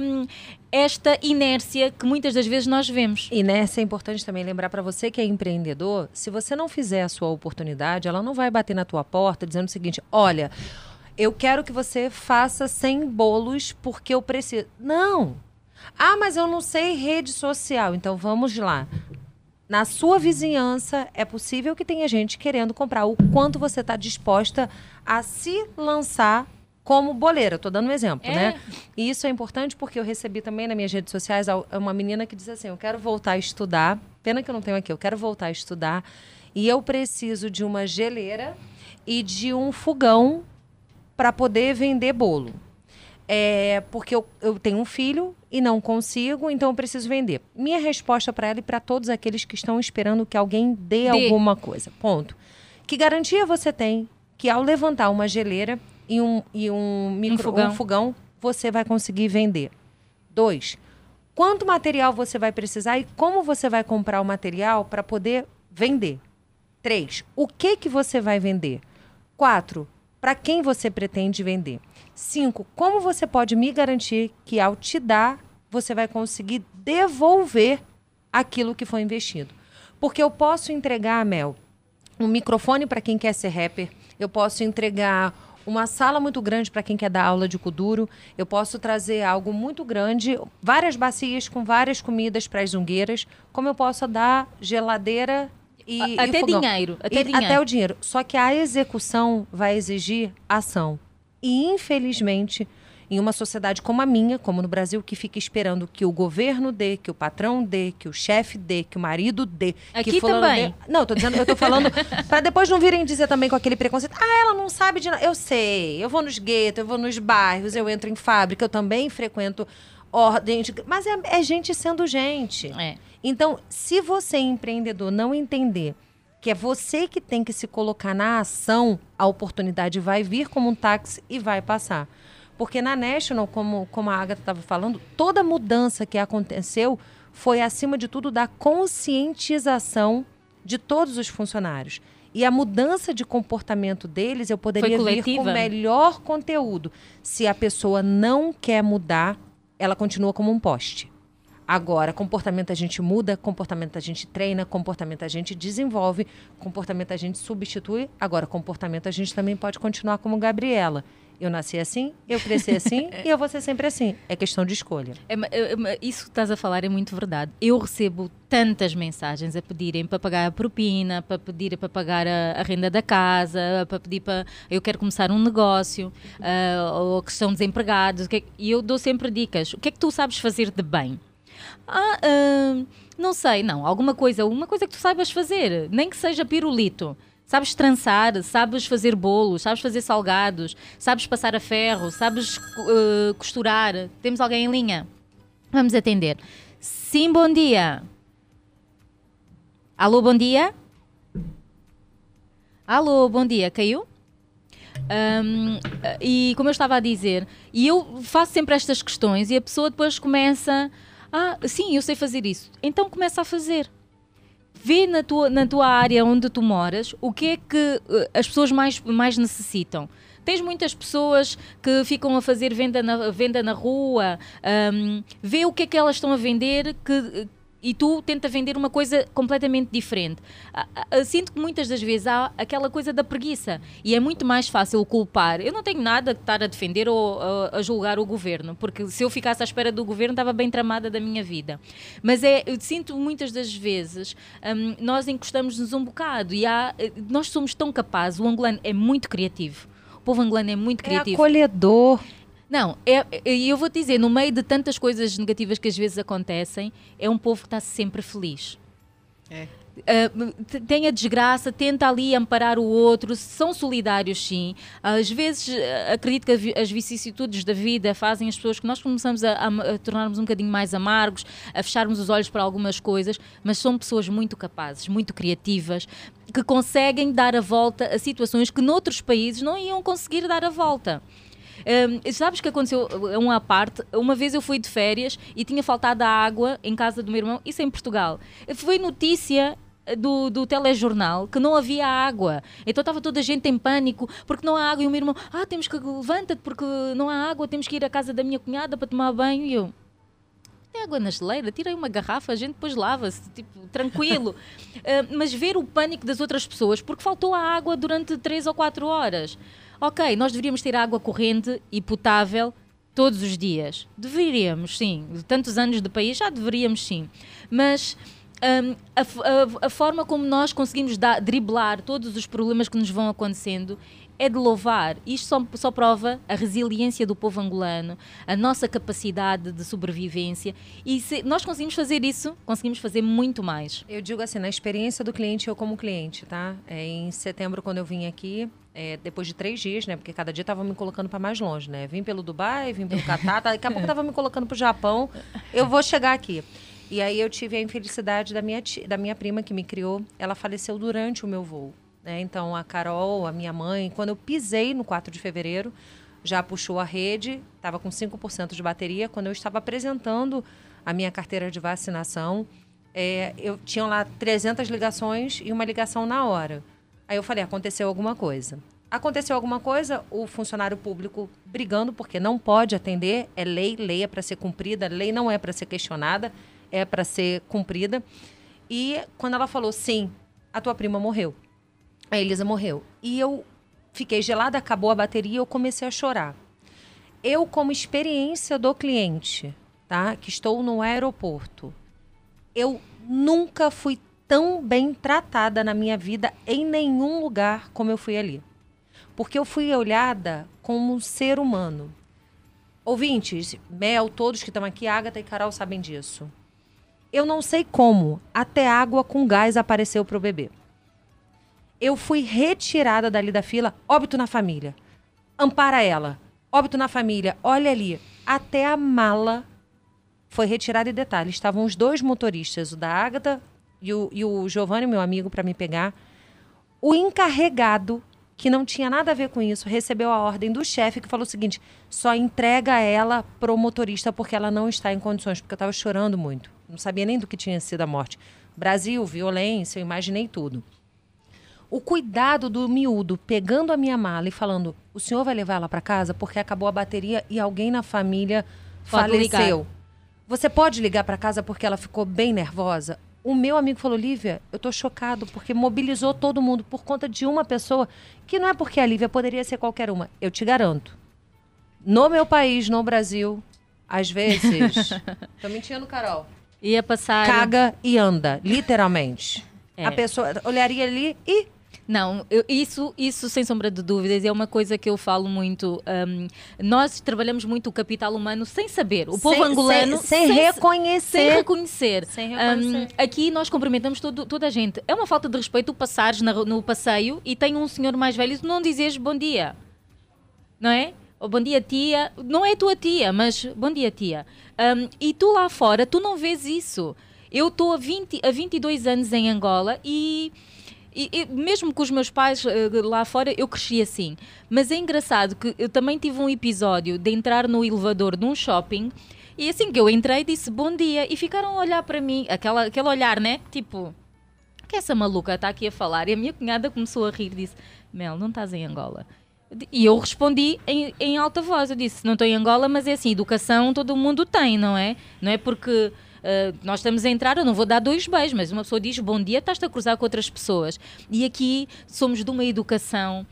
esta inércia que muitas das vezes nós vemos. Inércia é importante também lembrar para você que é empreendedor, se você não fizer a sua oportunidade, ela não vai bater na tua porta dizendo o seguinte: olha, eu quero que você faça cem bolos porque eu preciso. Não! Ah, mas eu não sei rede social. Então vamos lá. Na sua vizinhança, é possível que tenha gente querendo comprar. O quanto você está disposta a se lançar como boleira. Estou dando um exemplo, é. né? E isso é importante porque eu recebi também nas minhas redes sociais uma menina que diz assim: eu quero voltar a estudar. Pena que eu não tenho aqui. Eu quero voltar a estudar. E eu preciso de uma geleira e de um fogão para poder vender bolo. É, porque eu, eu tenho um filho e não consigo, então eu preciso vender. Minha resposta para ela e para todos aqueles que estão esperando que alguém dê, dê alguma coisa. Ponto. Que garantia você tem que ao levantar uma geleira e um, e um, micro, um, fogão. um fogão, você vai conseguir vender? Dois, quanto material você vai precisar e como você vai comprar o material para poder vender? Três, o que, que você vai vender? Quatro, para quem você pretende vender? Cinco, como você pode me garantir que ao te dar, você vai conseguir devolver aquilo que foi investido? Porque eu posso entregar, Mel, um microfone para quem quer ser rapper, eu posso entregar uma sala muito grande para quem quer dar aula de kuduro, eu posso trazer algo muito grande, várias bacias com várias comidas para as zungueiras, como eu posso dar geladeira e Até e fogão. dinheiro, até E, dinheiro. até o dinheiro. Só que a execução vai exigir ação. E, infelizmente, em uma sociedade como a minha, como no Brasil, que fica esperando que o governo dê, que o patrão dê, que o chefe dê, que o marido dê. Aqui que fulano também. Dê. Não, eu tô dizendo, eu tô falando para depois não virem dizer também com aquele preconceito. Ah, ela não sabe de nada. Eu sei, eu vou nos guetos, eu vou nos bairros, eu entro em fábrica, eu também frequento ordem. De... Mas é, é gente sendo gente. É. Então, se você, empreendedor, não entender que é você que tem que se colocar na ação, a oportunidade vai vir como um táxi e vai passar. Porque na National, como, como a Agatha estava falando, toda mudança que aconteceu foi, acima de tudo, da conscientização de todos os funcionários. E a mudança de comportamento deles, eu poderia vir com o melhor conteúdo. Se a pessoa não quer mudar, ela continua como um poste. Agora, comportamento a gente muda, comportamento a gente treina, comportamento a gente desenvolve, comportamento a gente substitui. Agora, comportamento a gente também pode continuar como Gabriela. Eu nasci assim, eu cresci assim e eu vou ser sempre assim. É questão de escolha. É, é, isso que estás a falar é muito verdade. Eu recebo tantas mensagens a pedirem para pagar a propina, para pedir para pagar a, a renda da casa, para pedir para... Eu quero começar um negócio, uh, ou que estão desempregados. Que, e eu dou sempre dicas. O que é que tu sabes fazer de bem? Ah, uh, não sei, não. Alguma coisa, uma coisa que tu saibas fazer. Nem que seja pirulito. Sabes trançar, sabes fazer bolos, sabes fazer salgados, sabes passar a ferro, sabes uh, costurar. Temos alguém em linha? Vamos atender. Sim, bom dia. Alô, bom dia? Alô, bom dia. Caiu? Um, e como eu estava a dizer, e eu faço sempre estas questões e a pessoa depois começa... Ah, sim, eu sei fazer isso. Então começa a fazer. Vê na tua, na tua área onde tu moras o que é que uh, as pessoas mais, mais necessitam. Tens muitas pessoas que ficam a fazer venda na, venda na rua, um, vê o que é que elas estão a vender que, e tu tenta vender uma coisa completamente diferente. Uh, uh, sinto que muitas das vezes há aquela coisa da preguiça e é muito mais fácil culpar. Eu não tenho nada que estar a defender ou a, a julgar o governo, porque se eu ficasse à espera do governo estava bem tramada da minha vida. Mas é, eu sinto muitas das vezes um, nós encostamos-nos um bocado e há, nós somos tão capazes, o angolano é muito criativo. O povo angolano é muito criativo. É acolhedor. Não, é, e eu vou te dizer, no meio de tantas coisas negativas que às vezes acontecem, é um povo que está sempre feliz. É. Uh, tem a desgraça, tenta ali amparar o outro, são solidários sim. Às vezes uh, acredito que as vicissitudes da vida fazem as pessoas que nós começamos a, a, a tornarmos um bocadinho mais amargos, a fecharmos os olhos para algumas coisas, mas são pessoas muito capazes, muito criativas, que conseguem dar a volta a situações que noutros países não iam conseguir dar a volta. Um, sabes que aconteceu uma parte? Uma vez eu fui de férias e tinha faltado a água em casa do meu irmão, isso em Portugal. Foi notícia do, do telejornal que não havia água. Então estava toda a gente em pânico porque não há água. E o meu irmão, ah, temos que levanta-te porque não há água, temos que ir à casa da minha cunhada para tomar banho. E eu, tem água na geleira, tirei uma garrafa, a gente depois lava-se, tipo, tranquilo. uh, mas ver o pânico das outras pessoas porque faltou a água durante três ou quatro horas. Ok, nós deveríamos ter água corrente e potável todos os dias. Deveríamos, sim. De tantos anos de país, já deveríamos, sim. Mas um, a, a, a forma como nós conseguimos dar, driblar todos os problemas que nos vão acontecendo é de louvar. Isto só, só prova a resiliência do povo angolano, a nossa capacidade de sobrevivência. E se nós conseguimos fazer isso, conseguimos fazer muito mais. Eu digo assim, na experiência do cliente, eu como cliente, tá? É, em setembro, quando eu vim aqui, é, depois de três dias, né? Porque cada dia estava me colocando para mais longe, né? Vim pelo Dubai, vim pelo Catar, daqui a pouco estava me colocando para o Japão. Eu vou chegar aqui. E aí eu tive a infelicidade da minha, tia, da minha prima que me criou. Ela faleceu durante o meu voo. Né? Então, a Carol, a minha mãe, quando eu pisei no quatro de fevereiro, já puxou a rede, estava com cinco por cento de bateria. Quando eu estava apresentando a minha carteira de vacinação, é, eu tinha lá trezentas ligações e uma ligação na hora. Aí eu falei, aconteceu alguma coisa. Aconteceu alguma coisa, o funcionário público brigando, porque não pode atender, é lei, lei é para ser cumprida, lei não é para ser questionada, é para ser cumprida. E quando ela falou, sim, a tua prima morreu. A Elisa morreu. E eu fiquei gelada, acabou a bateria e eu comecei a chorar. Eu, como experiência do cliente, tá? Que estou no aeroporto, eu nunca fui tão bem tratada na minha vida em nenhum lugar como eu fui ali. Porque eu fui olhada como um ser humano. Ouvintes, Mel, todos que estão aqui, Agatha e Carol sabem disso. Eu não sei como, até água com gás apareceu para o bebê. Eu fui retirada dali da fila, óbito na família. Ampara ela, óbito na família, olha ali. Até a mala foi retirada e detalhe, estavam os dois motoristas, o da Agatha e o, e o Giovanni, meu amigo, para me pegar. O encarregado, que não tinha nada a ver com isso, recebeu a ordem do chefe que falou o seguinte, só entrega ela pro motorista porque ela não está em condições, porque eu estava chorando muito. Não sabia nem do que tinha sido a morte. Brasil, violência, eu imaginei tudo. O cuidado do miúdo pegando a minha mala e falando, o senhor vai levar ela para casa porque acabou a bateria e alguém na família Pode faleceu. ligar. Você pode ligar para casa porque ela ficou bem nervosa? O meu amigo falou, Lívia, eu tô chocado porque mobilizou todo mundo por conta de uma pessoa que não é porque a Lívia poderia ser qualquer uma. Eu te garanto. No meu país, no Brasil, às vezes... Tô mentindo, Carol. Ia passar... Caga e anda, literalmente. É. A pessoa olharia ali e... Não, eu- isso, isso sem sombra de dúvidas é uma coisa que eu falo muito. Hum, nós trabalhamos muito o capital humano sem saber. O povo Sem- angolano sem- sem reconhecer. Sem reconhecer. Sem reconhecer. Hum, aqui nós cumprimentamos todo- toda a gente. É uma falta de respeito tu passares na ru- no passeio e tem um senhor mais velho e tu não dizes bom dia. Não é? Ou bom dia, tia. Não é tua tia, mas bom dia, tia. Hum, e tu lá fora, tu não vês isso. Eu estou há, vinte, há vinte e dois anos em Angola e... E, e mesmo com os meus pais eh, lá fora, eu cresci assim. Mas é engraçado que eu também tive um episódio de entrar no elevador de um shopping e assim que eu entrei disse bom dia e ficaram a olhar para mim, aquela, aquele olhar, né? Tipo, o que essa maluca está aqui a falar? E a minha cunhada começou a rir e disse, Mel, não estás em Angola? E eu respondi em, em alta voz, eu disse, não estou em Angola, mas é assim, educação todo mundo tem, não é? Não é porque... Uh, nós estamos a entrar, eu não vou dar dois beijos, mas uma pessoa diz bom dia, estás-te a cruzar com outras pessoas. E aqui somos de uma educação,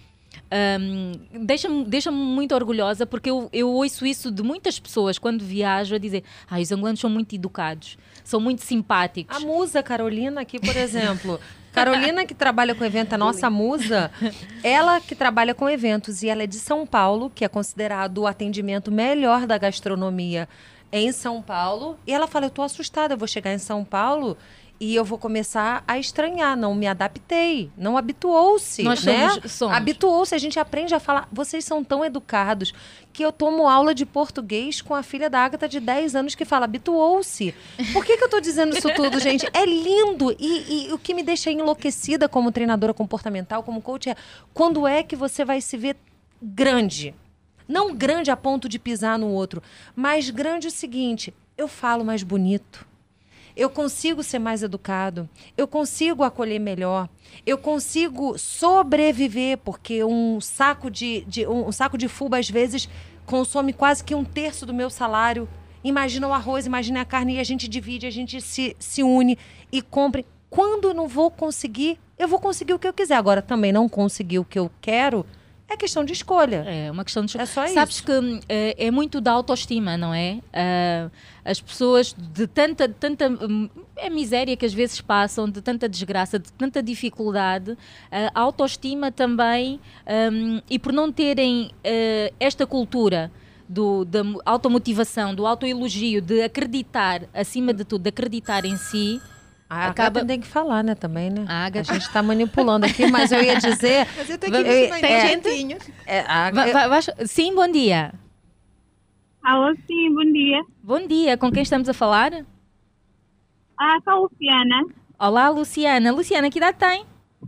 um, deixa-me deixa-me muito orgulhosa, porque eu, eu ouço isso de muitas pessoas quando viajo a dizer, ah, os angolanos são muito educados, são muito simpáticos. A musa Carolina aqui, por exemplo... Carolina, que trabalha com evento, a nossa musa, ela que trabalha com eventos e ela é de São Paulo, que é considerado o atendimento melhor da gastronomia em São Paulo. E ela fala, eu tô assustada, eu vou chegar em São Paulo e eu vou começar a estranhar, não me adaptei, não habituou-se, Nós né? somos- somos. Habituou-se, a gente aprende a falar, vocês são tão educados que eu tomo aula de português com a filha da Agatha de dez anos que fala, habituou-se. Por que que eu tô dizendo isso tudo, gente? É lindo e, e o que me deixa enlouquecida como treinadora comportamental, como coach, é quando é que você vai se ver grande? Não grande a ponto de pisar no outro, mas grande o seguinte, eu falo mais bonito. Eu consigo ser mais educado, eu consigo acolher melhor, eu consigo sobreviver, porque um saco de, de, um, um saco de fubá, às vezes, consome quase que um terço do meu salário. Imagina o arroz, imagina a carne, e a gente divide, a gente se, se une e compra. Quando eu não vou conseguir, eu vou conseguir o que eu quiser. Agora, também não conseguir o que eu quero, é questão de escolha. É uma questão de... É só Sabes isso. que hum, é, é muito da autoestima, não é? Ah, as pessoas de tanta, tanta hum, é miséria que às vezes passam, de tanta desgraça, de tanta dificuldade, a autoestima também, hum, e por não terem eh, esta cultura do, da mo- automotivação, do autoelogio, de acreditar, acima de tudo, de acreditar em si, A acaba- Agatha tem que falar, né, também, né? A Agatha- A gente tá manipulando aqui, mas eu ia dizer... Mas eu estou Vamos- aqui eu- bem é- quentinho. é, a- Va- eu- va- vais- sim, bom dia. Alô, sim, bom dia. Bom dia, com quem estamos a falar? Ah, sou a Luciana. Olá, Luciana. Luciana, que idade tem?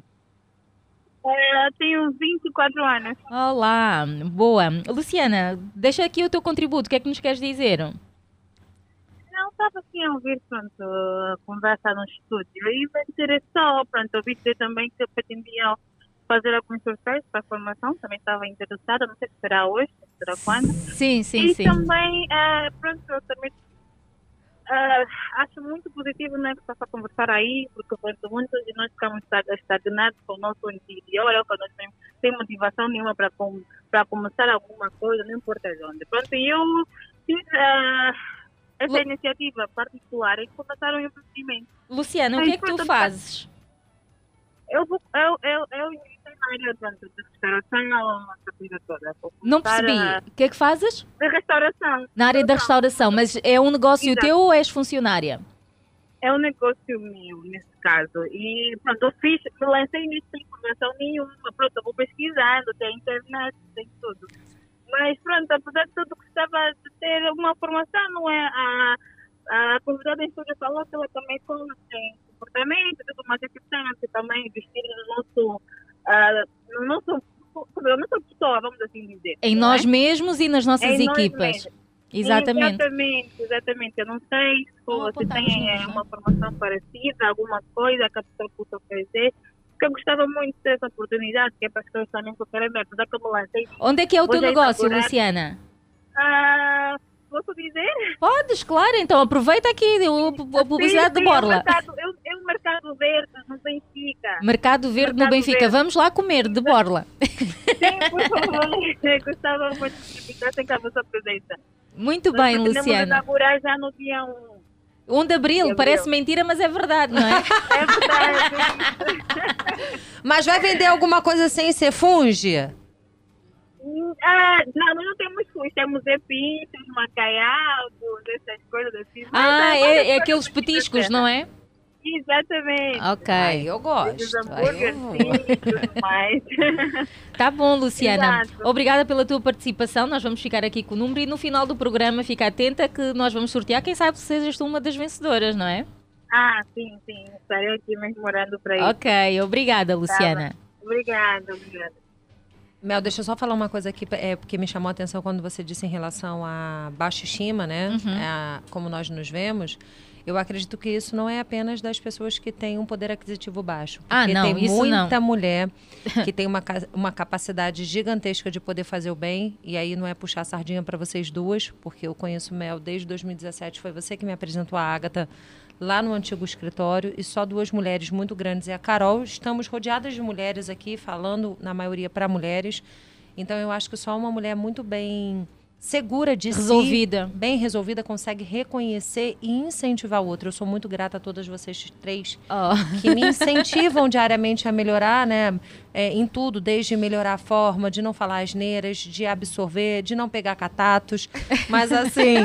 Eh, tenho vinte e quatro anos. Olá, boa. Luciana, deixa aqui o teu contributo, o que é que nos queres dizer? Não estava assim a ouvir, pronto, a conversa no estúdio e me interessou, pronto, eu vi dizer também que pretendiam fazer alguns sorteios para a formação, também estava interessada, não sei se será hoje, será quando. Sim, sim, e sim. também, eh, pronto, eu também Uh, acho muito positivo, né, que está a conversar aí, porque pronto, muitos de nós ficamos estagnados com o nosso interior, ou que nós não temos motivação nenhuma para com, para começar alguma coisa, não importa de onde. Pronto, e eu fiz uh, essa Lu... iniciativa particular e começaram o investimento. Luciana, o que é que tu fazes? Eu, eu, eu, eu iniciei na área pronto, de restauração, essa coisa toda. Não percebi. O que é que fazes? De restauração. Na área da restauração, mas é um negócio Exato. teu ou és funcionária? É um negócio meu, nesse caso. E pronto, eu fiz, me lancei nisso sem informação nenhuma. Pronto, eu vou pesquisando, tem internet, tem tudo. Mas pronto, apesar de tudo, gostava de ter alguma formação, não é? A, a convidada em estúdio falou que ela também tem comportamento, tudo mais importante também vestir no nosso, uh, no nosso, na nossa pessoa, vamos assim dizer. Em nós é? mesmos e nas nossas em equipas. Exatamente. Exatamente, exatamente. Eu não sei se você tem é, uma formação parecida, alguma coisa que a pessoa possa oferecer. Porque eu gostava muito dessa oportunidade, que é para as pessoas também que eu quero ver, apesar que eu me lancei. Onde é que é o teu negócio, Luciana? Ah... Posso dizer? Podes, claro. Então aproveita aqui a publicidade sim, sim, de Borla. É o mercado, é o mercado Verde no Benfica. Mercado Verde mercado no Benfica. Verde. Vamos lá comer de Borla. Sim, por favor. Gostava muito de ficar sem a vossa presença. Muito Nós bem, Luciana. Vamos inaugurar já no dia um. um de abril. De parece abril. Mentira, mas é verdade, não é? É verdade. Mas vai vender alguma coisa sem ser funge? Ah, não, nós não temos funge, temos epinhos, macaiabos, essas coisas assim. Ah, é, é aqueles petiscos, não é? Exatamente. Ok, Ai, eu gosto. Os hambúrgueres, sim, tudo mais. Tá bom, Luciana. Exato. Obrigada pela tua participação. Nós vamos ficar aqui com o número e no final do programa fica atenta que nós vamos sortear. Quem sabe sejas tu uma das vencedoras, não é? Ah, sim, sim. Estarei aqui mesmo morando para isso. Ok, obrigada, Luciana. Tá, obrigada, obrigada. Mel, deixa eu só falar uma coisa aqui, é, porque me chamou a atenção quando você disse em relação a baixa estima, né? Uhum. A, como nós nos vemos. Eu acredito que isso não é apenas das pessoas que têm um poder aquisitivo baixo. Porque ah, não, tem isso muita não. mulher que tem uma, uma capacidade gigantesca de poder fazer o bem. E aí não é puxar a sardinha para vocês duas, porque eu conheço Mel desde dois mil e dezessete. Foi você que me apresentou a Ágata lá no antigo escritório. E só duas mulheres muito grandes. E a Carol, estamos rodeadas de mulheres aqui, falando na maioria para mulheres. Então eu acho que só uma mulher muito bem... segura de resolvida. si, bem resolvida, consegue reconhecer e incentivar o outro. Eu sou muito grata a todas vocês três oh. que me incentivam diariamente a melhorar, né? É, em tudo, desde melhorar a forma, de não falar asneiras, de absorver, de não pegar catatos, mas assim...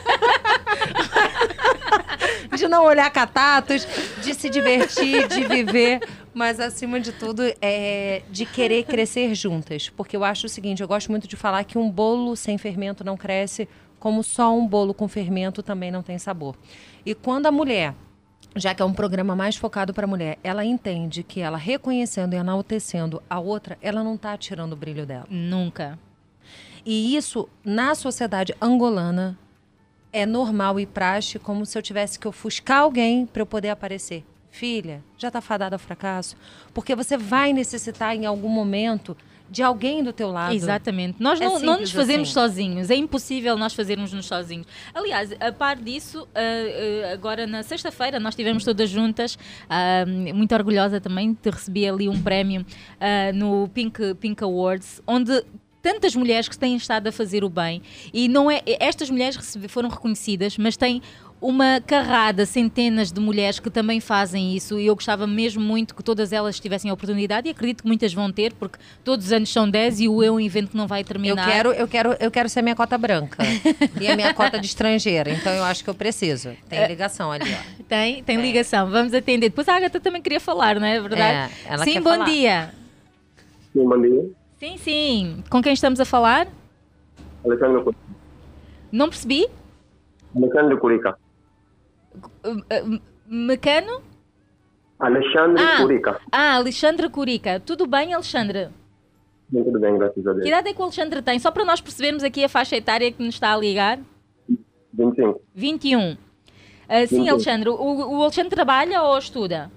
de não olhar catatos, de se divertir, de viver, mas acima de tudo é de querer crescer juntas, porque eu acho o seguinte, eu gosto muito de falar que um bolo sem fermento não cresce, como só um bolo com fermento também não tem sabor. E quando a mulher, já que é um programa mais focado para a mulher, ela entende que ela reconhecendo e enaltecendo a outra, ela não está tirando o brilho dela. Nunca. E isso, na sociedade angolana, é normal e praxe, como se eu tivesse que ofuscar alguém para eu poder aparecer. Filha, já está fadada ao fracasso? Porque você vai necessitar em algum momento de alguém do teu lado. Exatamente. Nós não, é não nos fazemos assim. sozinhos. É impossível nós fazermos-nos sozinhos. Aliás, a par disso, uh, uh, agora na sexta-feira nós estivemos todas juntas, uh, muito orgulhosa também, de receber ali um prémio uh, no Pink, Pink Awards, onde... tantas mulheres que têm estado a fazer o bem e não é, estas mulheres foram reconhecidas, mas tem uma carrada, centenas de mulheres que também fazem isso e eu gostava mesmo muito que todas elas tivessem a oportunidade e acredito que muitas vão ter, porque todos os anos são dez e o é um evento que não vai terminar. Eu quero, eu quero, eu quero ser minha cota branca e a minha cota de estrangeira, então eu acho que eu preciso. Tem ligação ali, ó. Tem, tem é. ligação, vamos atender. Depois a Ágata também queria falar, não é verdade? É, ela Sim, quer bom falar. dia. Sim, bom dia. Sim, sim. Com quem estamos a falar? Alexandre Curica. Não percebi? Alexandre Curica. Uh, uh, Mecano? Alexandre ah, Curica. Ah, Alexandre Curica. Tudo bem, Alexandre? Sim, tudo bem, graças a Deus. Que idade é que o Alexandre tem? Só para nós percebermos aqui a faixa etária que nos está a ligar. vinte e cinco. vinte e um. Uh, sim, vinte e um. Alexandre. O, o Alexandre trabalha ou estuda?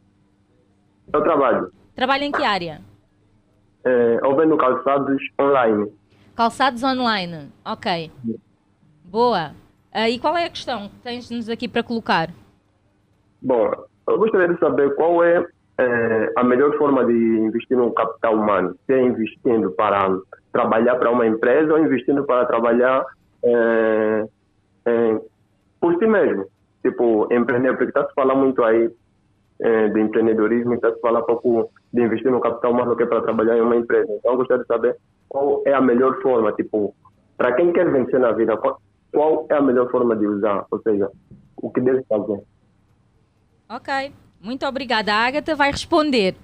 Eu trabalho. Trabalha em que área? É, eu vendo calçados online. Calçados online. Ok. Boa. Uh, e qual é a questão que tens-nos aqui para colocar? Bom, eu gostaria de saber qual é, é a melhor forma de investir no capital humano. Se é investindo para trabalhar para uma empresa ou investindo para trabalhar é, é, por si mesmo. Tipo, empreender, porque está se falando muito aí é, de empreendedorismo, está se falando pouco de investir no capital humano que é para trabalhar em uma empresa. Então, eu gostaria de saber qual é a melhor forma, tipo, para quem quer vencer na vida, qual, qual é a melhor forma de usar, ou seja, o que deve fazer. Ok, muito obrigada. A Ágata vai responder.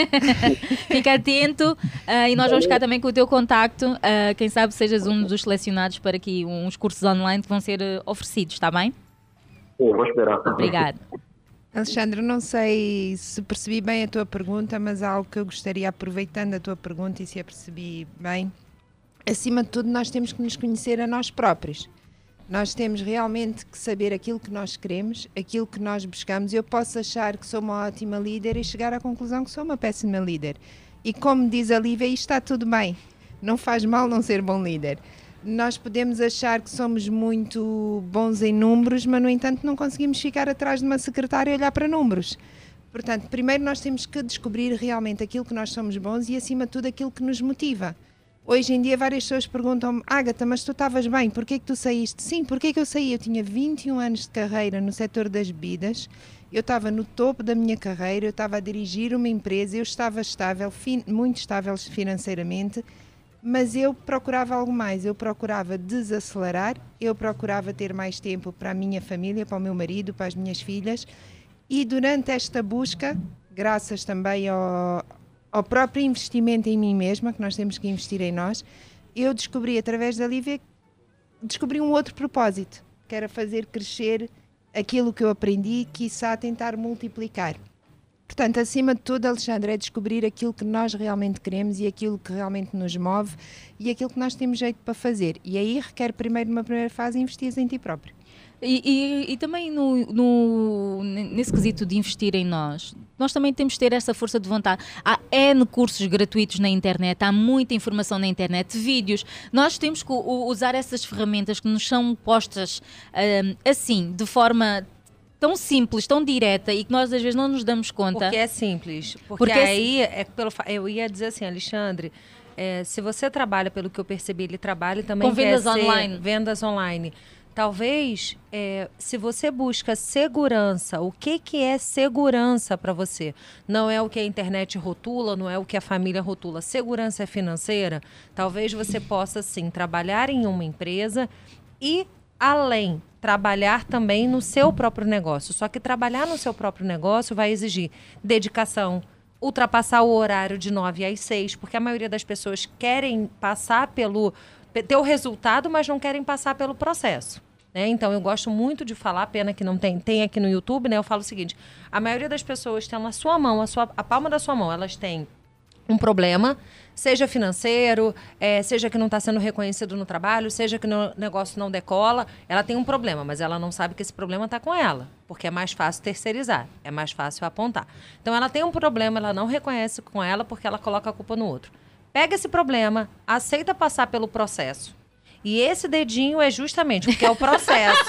Fica atento uh, e nós vamos ficar também com o teu contacto. Uh, quem sabe sejas um dos selecionados para aqui uns cursos online que vão ser uh, oferecidos, está bem? Sim, vou esperar. Obrigada. Alexandre, não sei se percebi bem a tua pergunta, mas há algo que eu gostaria, aproveitando a tua pergunta e se a percebi bem, acima de tudo nós temos que nos conhecer a nós próprios. Nós temos realmente que saber aquilo que nós queremos, aquilo que nós buscamos. Eu posso achar que sou uma ótima líder e chegar à conclusão que sou uma péssima líder. E como diz a Lívia, isto está tudo bem. Não faz mal não ser bom líder. Nós podemos achar que somos muito bons em números, mas no entanto não conseguimos ficar atrás de uma secretária e olhar para números. Portanto, primeiro nós temos que descobrir realmente aquilo que nós somos bons e acima de tudo aquilo que nos motiva. Hoje em dia várias pessoas perguntam-me: Ágata, mas tu estavas bem, porquê que tu saíste? Sim, porquê que eu saí? Eu tinha vinte e um anos de carreira no setor das bebidas, eu estava no topo da minha carreira, eu estava a dirigir uma empresa, eu estava estável, muito estável financeiramente, mas eu procurava algo mais, eu procurava desacelerar, eu procurava ter mais tempo para a minha família, para o meu marido, para as minhas filhas, e durante esta busca, graças também ao... ao próprio investimento em mim mesma, que nós temos que investir em nós, eu descobri através da Lívia, descobri um outro propósito, que era fazer crescer aquilo que eu aprendi, quiçá tentar multiplicar. Portanto, acima de tudo, Alexandre, é descobrir aquilo que nós realmente queremos e aquilo que realmente nos move e aquilo que nós temos jeito para fazer. E aí requer primeiro, numa primeira fase, investir em ti próprio. E, e, e também no, no, nesse quesito de investir em nós, nós também temos de ter essa força de vontade. Há N cursos gratuitos na internet, há muita informação na internet, vídeos. Nós temos que usar essas ferramentas que nos são postas um, assim, de forma tão simples, tão direta e que nós às vezes não nos damos conta. Porque é simples. Porque, Porque aí, é pelo, eu ia dizer assim, Alexandre, é, se você trabalha, pelo que eu percebi, ele trabalha também com vendas quer ser online. vendas online. Talvez, é, se você busca segurança, o que, que é segurança para você? Não é o que a internet rotula, não é o que a família rotula. Segurança é financeira? Talvez você possa, sim, trabalhar em uma empresa e, além, trabalhar também no seu próprio negócio. Só que trabalhar no seu próprio negócio vai exigir dedicação, ultrapassar o horário de nove às seis, porque a maioria das pessoas querem passar pelo... ter o resultado, mas não querem passar pelo processo. Né? Então, eu gosto muito de falar, pena que não tem, tem aqui no YouTube, né? Eu falo o seguinte, a maioria das pessoas tem na sua mão, a, sua, a palma da sua mão, elas têm um problema, seja financeiro, é, seja que não está sendo reconhecido no trabalho, seja que o negócio não decola, ela tem um problema, mas ela não sabe que esse problema está com ela, porque é mais fácil terceirizar, é mais fácil apontar. Então, ela tem um problema, ela não reconhece com ela porque ela coloca a culpa no outro. Pega esse problema, aceita passar pelo processo. E esse dedinho é justamente porque é o processo.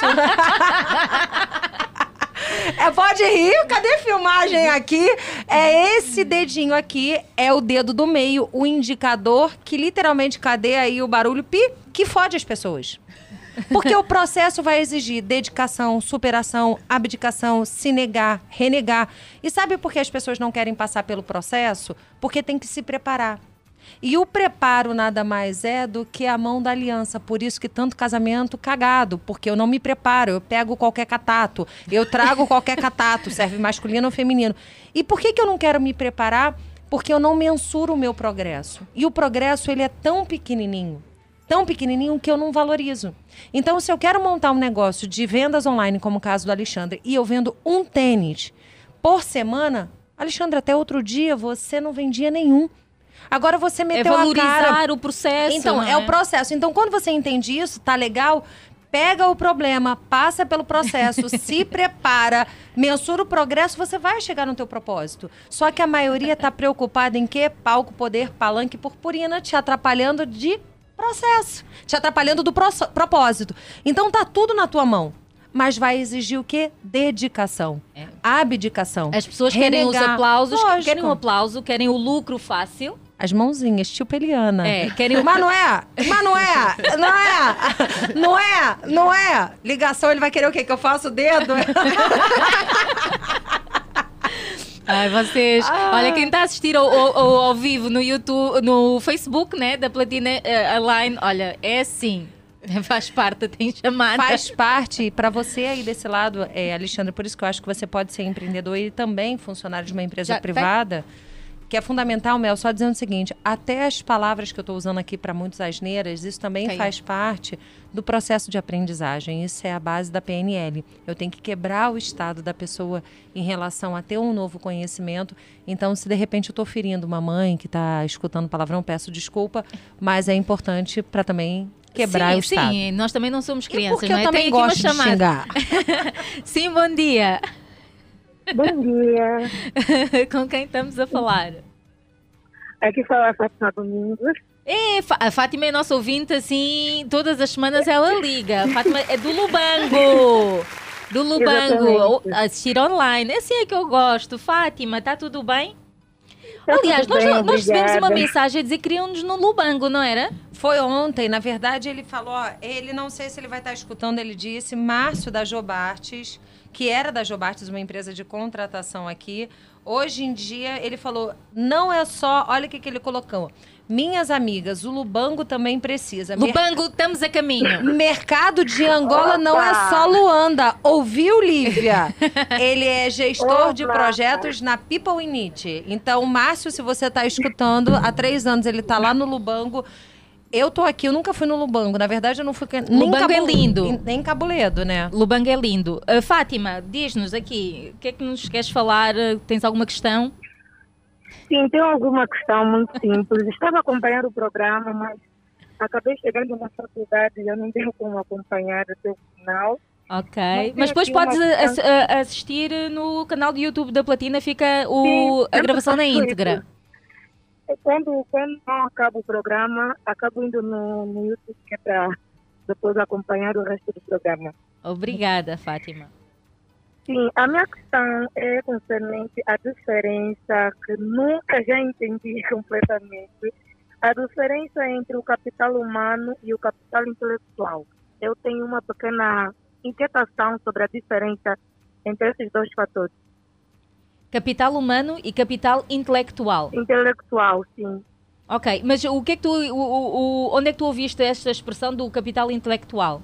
É, pode rir, cadê a filmagem aqui? É esse dedinho aqui, é o dedo do meio, o indicador que literalmente, cadê aí o barulho pi, que fode as pessoas. Porque o processo vai exigir dedicação, superação, abdicação, se negar, renegar. E sabe por que as pessoas não querem passar pelo processo? Porque tem que se preparar. E o preparo nada mais é do que a mão da aliança. Por isso que tanto casamento cagado, porque eu não me preparo, eu pego qualquer catato, eu trago qualquer catato, serve masculino ou feminino. E por que que eu não quero me preparar? Porque eu não mensuro o meu progresso. E o progresso, ele é tão pequenininho, tão pequenininho que eu não valorizo. Então, se eu quero montar um negócio de vendas online, como o caso do Alexandre, e eu vendo um tênis por semana, Alexandre, até outro dia você não vendia nenhum. Agora você meteu a cara... É valorizar o processo. Então, é? é o processo. Então, quando você entende isso, tá legal, pega o problema, passa pelo processo, se prepara, mensura o progresso, você vai chegar no teu propósito. Só que a maioria tá preocupada em quê? Palco, poder, palanque, purpurina, te atrapalhando de processo, te atrapalhando do pro- propósito. Então tá tudo na tua mão. Mas vai exigir o quê? Dedicação. É. Abdicação. As pessoas querem Renegar. os aplausos, Lógico. querem o aplauso, querem o lucro fácil. As mãozinhas, tipo Eliana. É, querem o... Mas não é, mas não é, não é, não é, não é. Ligação, ele vai querer o quê? Que eu faça o dedo? Ai, vocês... Ah. Olha, quem está a assistir ao, ao, ao vivo no YouTube, no Facebook, né, da Platina uh, Align, olha, é assim... Faz parte, tem chamada. Faz parte. Para você aí desse lado, é, Alexandre, por isso que eu acho que você pode ser empreendedor e também funcionário de uma empresa Já, privada, tá? Que é fundamental, Mel, só dizendo o seguinte, até as palavras que eu estou usando aqui para muitos asneiras, isso também Caiu. faz parte do processo de aprendizagem. Isso é a base da P N L. Eu tenho que quebrar o estado da pessoa em relação a ter um novo conhecimento. Então, se de repente eu estou ferindo uma mãe que está escutando palavrão, peço desculpa, mas é importante para também... quebrar sim, o estado. Sim, nós também não somos crianças, porque não é? eu também Tem gosto de xingar. Sim, bom dia. Bom dia. Com quem estamos a falar? Aqui fala a Fátima Domingos. É, a Fátima é nossa ouvinte, assim, todas as semanas ela liga. A Fátima é do Lubango. Do Lubango. Exatamente. Assistir online. Esse é que eu gosto. Fátima, está tudo bem? Aliás, nós, bem, nós recebemos uma mensagem a dizer que queriam-nos no Lubango, não era? Foi ontem. Na verdade, ele falou, ó, ele não sei se ele vai estar escutando, ele disse, Márcio da Jobartes, que era da Jobartes, uma empresa de contratação aqui. Hoje em dia, ele falou, não é só, olha o que, que ele colocou. Minhas amigas, o Lubango também precisa. Lubango, Mer... estamos a caminho. Mercado de Angola Opa! Não é só Luanda. Ouviu, Lívia? Ele é gestor Opa! De projetos na People in It. Então, Márcio, se você está escutando, há três anos ele está lá no Lubango. Eu tô aqui, eu nunca fui no Lubango. Na verdade, eu não fui... Nem Lubango Cabo... é lindo. Nem Caboledo, né? Lubango é lindo. Uh, Fátima, diz-nos aqui, o que é que nos queres falar? Tens alguma questão? Sim, tenho alguma questão muito simples. Estava acompanhando o programa, mas acabei chegando na faculdade e eu não tenho como acompanhar até o final. Ok, mas, mas depois podes questão... a, a assistir no canal do YouTube da Platina, fica o, Sim, a gravação na íntegra. Quando, quando não acaba o programa, acabo indo no, no YouTube que é para depois acompanhar o resto do programa. Obrigada, Fátima. Sim, a minha questão é concernente à diferença que nunca já entendi completamente, a diferença entre o capital humano e o capital intelectual. Eu tenho uma pequena inquietação sobre a diferença entre esses dois fatores. Capital humano e capital intelectual. Intelectual, sim. Ok, mas o que é que tu, o, o, onde é que tu ouviste esta expressão do capital intelectual?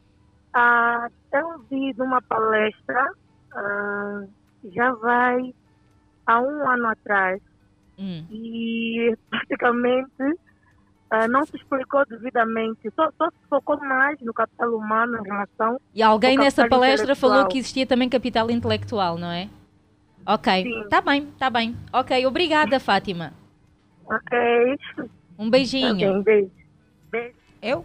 Ah, eu vi numa palestra, ah, já vai há um ano atrás, hum. e praticamente ah, não se explicou devidamente, só, só se focou mais no capital humano em relação E alguém nessa palestra falou que existia também capital intelectual, não é? Ok, está bem, está bem. Ok, obrigada, Fátima. Ok. Um beijinho. Okay, beijo. Beijo. Eu?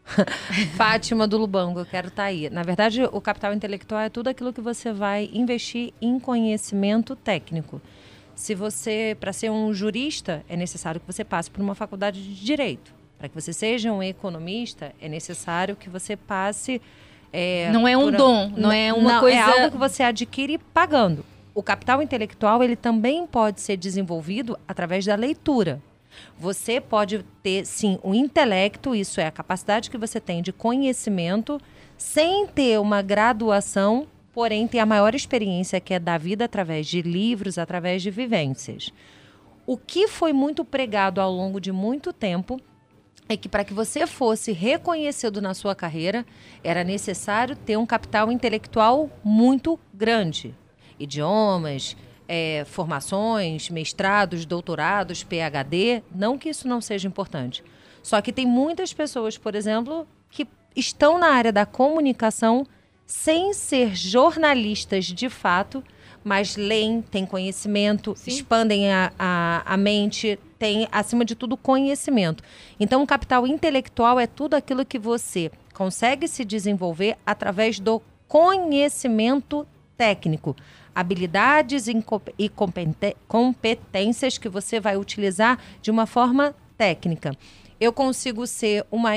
Fátima do Lubango, eu quero estar aí. Na verdade, o capital intelectual é tudo aquilo que você vai investir em conhecimento técnico. Se você, para ser um jurista, é necessário que você passe por uma faculdade de direito. Para que você seja um economista, é necessário que você passe... É, não é um por, dom, não é uma não, coisa... É algo que você adquire pagando. O capital intelectual, ele também pode ser desenvolvido através da leitura. Você pode ter, sim, um intelecto, isso é a capacidade que você tem de conhecimento, sem ter uma graduação, porém ter a maior experiência que é da vida através de livros, através de vivências. O que foi muito pregado ao longo de muito tempo é que para que você fosse reconhecido na sua carreira, era necessário ter um capital intelectual muito grande. Idiomas, é, formações, mestrados, doutorados, P H D, não que isso não seja importante. Só que tem muitas pessoas, por exemplo, que estão na área da comunicação sem ser jornalistas de fato, mas leem, têm conhecimento, Sim. expandem a, a, a mente, têm, acima de tudo, conhecimento. Então, o capital intelectual é tudo aquilo que você consegue se desenvolver através do conhecimento técnico. Habilidades e competências que você vai utilizar de uma forma técnica. Eu consigo ser uma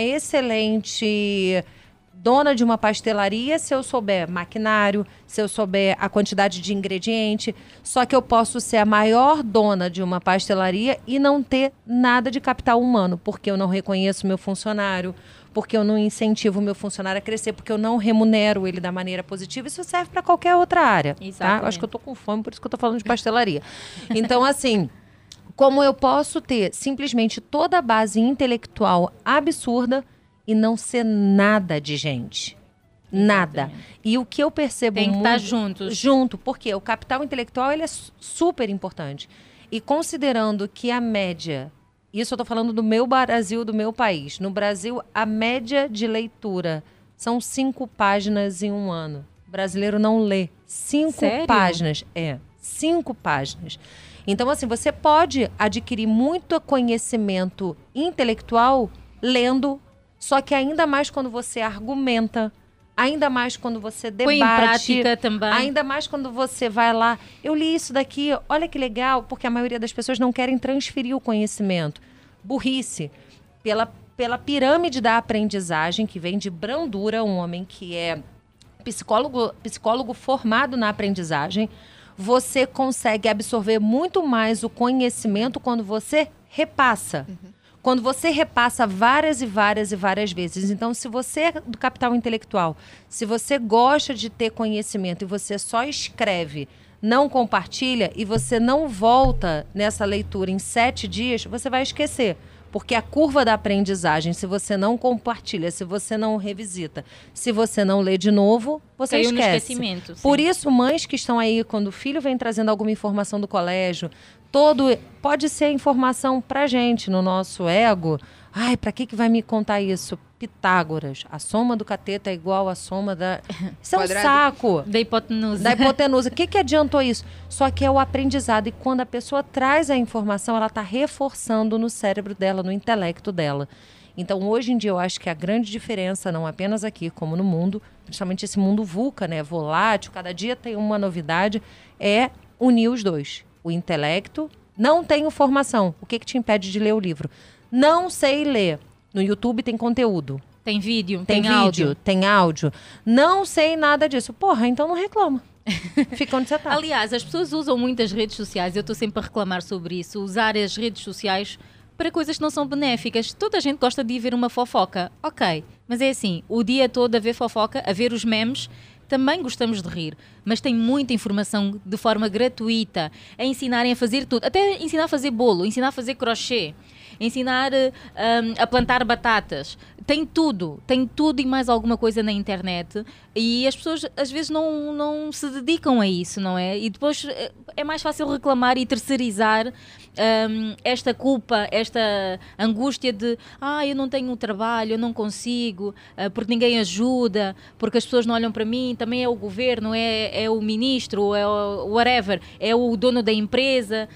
excelente dona de uma pastelaria se eu souber maquinário, se eu souber a quantidade de ingrediente. Só que eu posso ser a maior dona de uma pastelaria e não ter nada de capital humano, porque eu não reconheço meu funcionário, porque eu não incentivo o meu funcionário a crescer, porque eu não remunero ele da maneira positiva. Isso serve para qualquer outra área. Tá? Acho que eu tô com fome, por isso que eu tô falando de pastelaria. Então, assim, como eu posso ter simplesmente toda a base intelectual absurda e não ser nada de gente. Nada. Exatamente. E o que eu percebo Tem que muito... estar juntos. Junto, porque o capital intelectual ele é super importante. E considerando que a média... Isso eu estou falando do meu Brasil, do meu país. No Brasil, a média de leitura são cinco páginas em um ano. O brasileiro não lê. Cinco Sério? páginas. É, cinco páginas. Então, assim, você pode adquirir muito conhecimento intelectual lendo, só que ainda mais quando você argumenta, ainda mais quando você debate. Põe em prática também. Ainda mais quando você vai lá, eu li isso daqui, olha que legal, porque a maioria das pessoas não querem transferir o conhecimento. Burrice. Pela, pela pirâmide da aprendizagem, que vem de Brandura, um homem que é psicólogo, psicólogo formado na aprendizagem, você consegue absorver muito mais o conhecimento quando você repassa. Uhum. Quando você repassa várias e várias e várias vezes. Então, se você é do capital intelectual, se você gosta de ter conhecimento e você só escreve, não compartilha e você não volta nessa leitura em sete dias, você vai esquecer. Porque a curva da aprendizagem, se você não compartilha, se você não revisita, se você não lê de novo, você Caiu esquece. no esquecimento. Sim. Por isso, mães que estão aí, quando o filho vem trazendo alguma informação do colégio, todo pode ser informação pra gente, no nosso ego. Ai, pra que que vai me contar isso? Pitágoras. A soma do cateto é igual à soma da... Isso é um saco. Da hipotenusa. Da hipotenusa. O que que adiantou isso? Só que é o aprendizado. E quando a pessoa traz a informação, ela está reforçando no cérebro dela, no intelecto dela. Então, hoje em dia, eu acho que a grande diferença, não apenas aqui, como no mundo, principalmente esse mundo VUCA, né? Volátil, cada dia tem uma novidade, é unir os dois. O intelecto. Não tenho formação. O que que te impede de ler o livro? Não sei ler. No YouTube tem conteúdo. Tem vídeo, tem, tem vídeo, áudio. Tem áudio. Não sei nada disso. Porra, então não reclama. Fica onde você tá. Aliás, as pessoas usam muitas redes sociais. Eu estou sempre a reclamar sobre isso. Usar as redes sociais para coisas que não são benéficas. Toda a gente gosta de ir ver uma fofoca. Ok, mas é assim, o dia todo a ver fofoca, a ver os memes, também gostamos de rir, mas tem muita informação de forma gratuita, a ensinarem a fazer tudo, até ensinar a fazer bolo, ensinar a fazer crochê, ensinar um, a plantar batatas. Tem tudo, tem tudo e mais alguma coisa na internet e as pessoas às vezes não, não se dedicam a isso, não é? E depois é mais fácil reclamar e terceirizar um, esta culpa, esta angústia de ah, eu não tenho trabalho, eu não consigo, uh, porque ninguém ajuda, porque as pessoas não olham para mim, também é o governo, é, é o ministro, é o whatever, é o dono da empresa,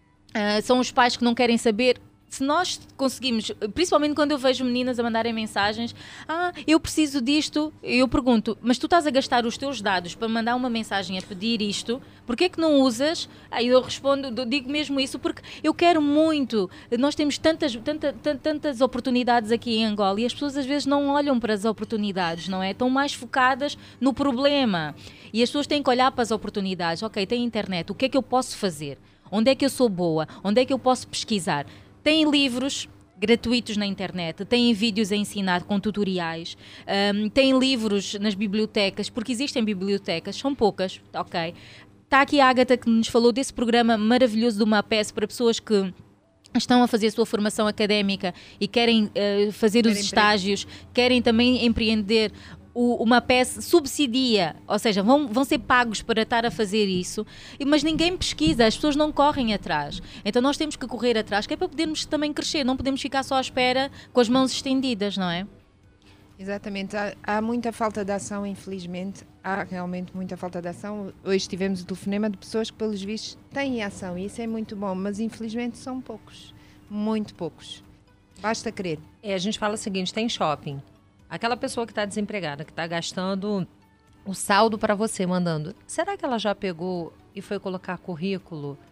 uh, são os pais que não querem saber. Se nós conseguimos, principalmente quando eu vejo meninas a mandarem mensagens, ah, eu preciso disto, eu pergunto, mas tu estás a gastar os teus dados para mandar uma mensagem a pedir isto, porquê é que não usas? Aí eu respondo, digo mesmo isso, porque eu quero muito, nós temos tantas, tanta, tantas oportunidades aqui em Angola e as pessoas às vezes não olham para as oportunidades, não é? Estão mais focadas no problema e as pessoas têm que olhar para as oportunidades. Ok, tem internet, o que é que eu posso fazer? Onde é que eu sou boa? Onde é que eu posso pesquisar? Tem livros gratuitos na internet, tem vídeos a ensinar com tutoriais, um, tem livros nas bibliotecas, porque existem bibliotecas, são poucas, ok? Está aqui a Ágata que nos falou desse programa maravilhoso do MAPES para pessoas que estão a fazer a sua formação académica e querem uh, fazer querem os estágios, empreender. Querem também empreender. O, o MAPES subsidia, ou seja, vão, vão ser pagos para estar a fazer isso, mas ninguém pesquisa, as pessoas não correm atrás. Então nós temos que correr atrás, que é para podermos também crescer, não podemos ficar só à espera com as mãos estendidas, não é? Exatamente, há, há muita falta de ação, infelizmente, há realmente muita falta de ação. Hoje tivemos o telefonema de pessoas que, pelos vistos, têm ação, e isso é muito bom, mas infelizmente são poucos, muito poucos. Basta querer. É, a gente fala o seguinte, tem shopping. Aquela pessoa que está desempregada, que está gastando o saldo para você, mandando. Será que ela já pegou e foi colocar currículo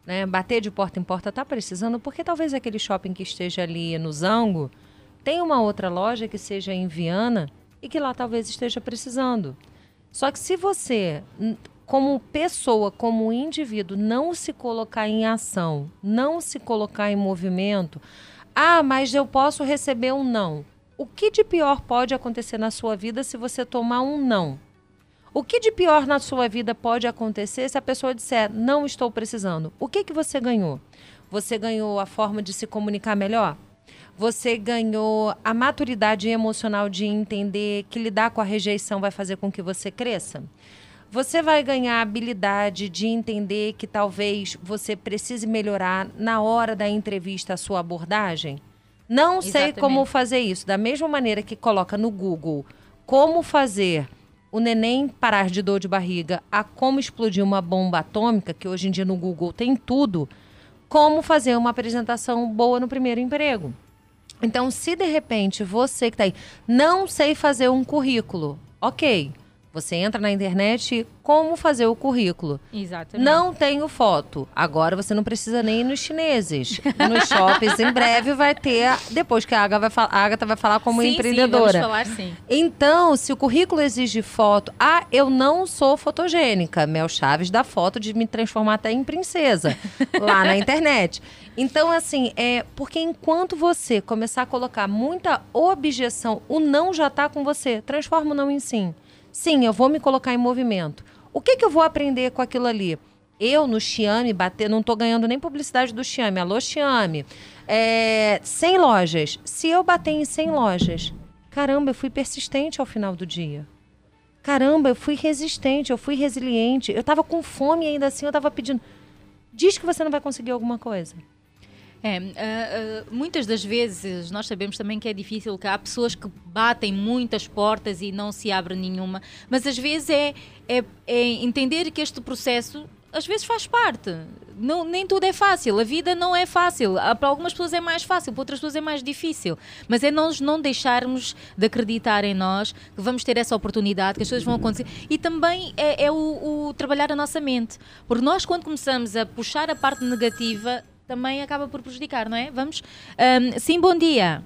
né? Bater de porta em porta, tá precisando, porque talvez aquele shopping que esteja ali no Zango tenha uma outra loja que seja em Viana e que lá talvez esteja precisando. Só que se você, como pessoa, como indivíduo, não se colocar em ação, não se colocar em movimento, ah, mas eu posso receber um não. O que de pior pode acontecer na sua vida se você tomar um não? O que de pior na sua vida pode acontecer se a pessoa disser, não estou precisando? O que que você ganhou? Você ganhou a forma de se comunicar melhor? Você ganhou a maturidade emocional de entender que lidar com a rejeição vai fazer com que você cresça? Você vai ganhar a habilidade de entender que talvez você precise melhorar na hora da entrevista a sua abordagem? Não sei Exatamente. como fazer isso. Da mesma maneira que coloca no Google como fazer o neném parar de dor de barriga a como explodir uma bomba atômica, que hoje em dia no Google tem tudo, como fazer uma apresentação boa no primeiro emprego. Então, se de repente você que está aí não sei fazer um currículo, ok, você entra na internet, como fazer o currículo. Exatamente. Não tenho foto. Agora você não precisa nem ir nos chineses. Nos shoppings, em breve, vai ter, depois que a Agatha vai, fal- a Agatha vai falar como sim, empreendedora. Sim, vamos falar sim. Então, se o currículo exige foto, ah, eu não sou fotogênica. Mel Chaves dá foto de me transformar até em princesa, lá na internet. Então, assim, é porque enquanto você começar a colocar muita objeção, o não já está com você. Transforma o não em sim. Sim, eu vou me colocar em movimento. O que, que eu vou aprender com aquilo ali? Eu, no Xiame, bater, não estou ganhando nem publicidade do Xiame. Alô, Xiame. É, cem lojas. Se eu bater em cem lojas, caramba, eu fui persistente ao final do dia. Caramba, eu fui resistente, eu fui resiliente. Eu estava com fome e ainda assim eu estava pedindo. Diz que você não vai conseguir alguma coisa. É, uh, uh, muitas das vezes nós sabemos também que é difícil, que há pessoas que batem muitas portas e não se abre nenhuma, mas às vezes é, é, é entender que este processo às vezes faz parte. Não, nem tudo é fácil, a vida não é fácil. Para algumas pessoas é mais fácil, para outras pessoas é mais difícil. Mas é nós não deixarmos de acreditar em nós, que vamos ter essa oportunidade, que as coisas vão acontecer. E também é, é o, o trabalhar a nossa mente. Porque nós, quando começamos a puxar a parte negativa, também acaba por prejudicar, não é? Vamos. Um, sim, bom dia.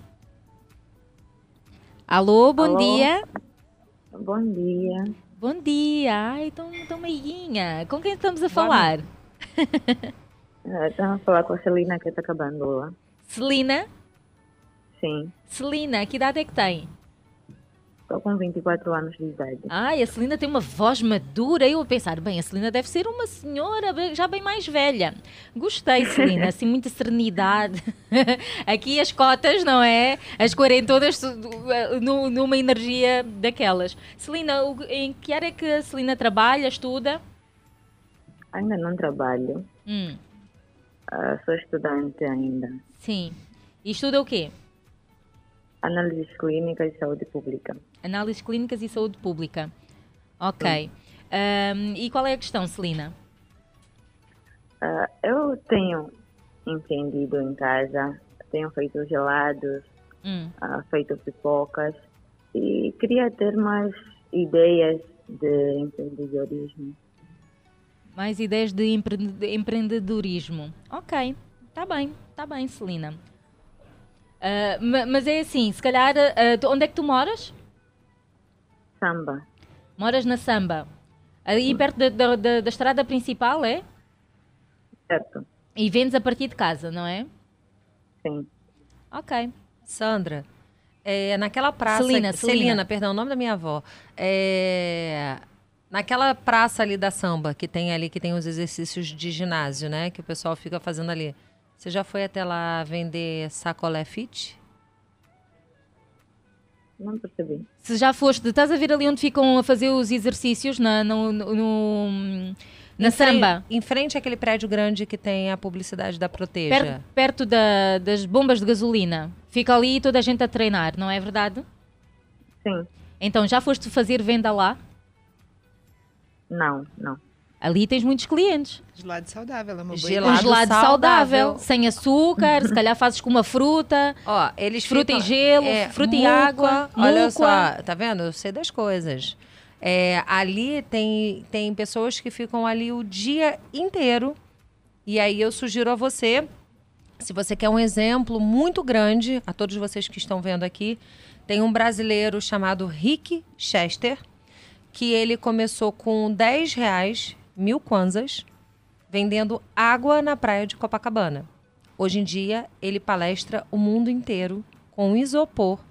Alô, bom Alô? dia. Bom dia. Bom dia. Ai, tão, tão meiguinha. Com quem estamos a falar? Estamos a falar com a Celina, que está acabando lá. Celina? Sim. Celina, que idade é que tem? Estou com vinte e quatro anos de idade. Ai, a Celina tem uma voz madura. Eu a pensar, bem, a Celina deve ser uma senhora bem- já bem mais velha. Gostei, Celina, assim, muita serenidade. Aqui as cotas, não é? As quarentonas nu- numa energia daquelas. Celina, o- em que área é que a Celina trabalha, estuda? Ainda não trabalho. Hum, ah, sou estudante ainda. sim. E estuda o quê? Análises clínicas e saúde pública. Análises clínicas e saúde pública. Ok. Ahm, e qual é a questão, Celina? Ah, eu tenho empreendido em casa, tenho feito gelados, Hum. ah, feito pipocas e queria ter mais ideias de empreendedorismo. Mais ideias de empre- de empreendedorismo. Ok, está bem, está bem, Celina. Ah, ma- mas é assim, se calhar, ah, tu- onde é que tu moras? Samba. Moras na Samba. Aí perto da, da, da- da estrada principal, é? Certo? E vendes a partir de casa, não é? Sim. Ok. Sandra, é, naquela praça... Celina, Celina, Celina. perdão, o nome da minha avó. É, naquela praça ali da Samba, que tem ali, que tem os exercícios de ginásio, né? Que o pessoal fica fazendo ali. Você já foi até lá vender sacolé fit? Não percebi. Se já foste, estás a ver ali onde ficam a fazer os exercícios na, no, no- no- na Em frente- Samba? Em frente àquele prédio grande que tem a publicidade da Proteja. Per- perto da- das bombas de gasolina. Fica ali toda a gente a treinar, não é verdade? Sim. Então, já foste fazer venda lá? Não, não. Ali tens muitos clientes. Gelado saudável, é uma boa Gelado Um ideia. gelado saudável. saudável, sem açúcar, se calhar fazes com uma fruta. Ó, eles Fruta ficam- e gelo, fruta e água, Olha mucua. só, tá vendo? Eu sei das coisas. É, ali tem, tem pessoas que ficam ali o dia inteiro E aí eu sugiro a você, se você quer um exemplo muito grande, a todos vocês que estão vendo aqui, tem um brasileiro chamado Rick Chester, que ele começou com dez reais, mil kwanzas, vendendo água na praia de Copacabana. Hoje em dia, ele palestra o mundo inteiro com um isopor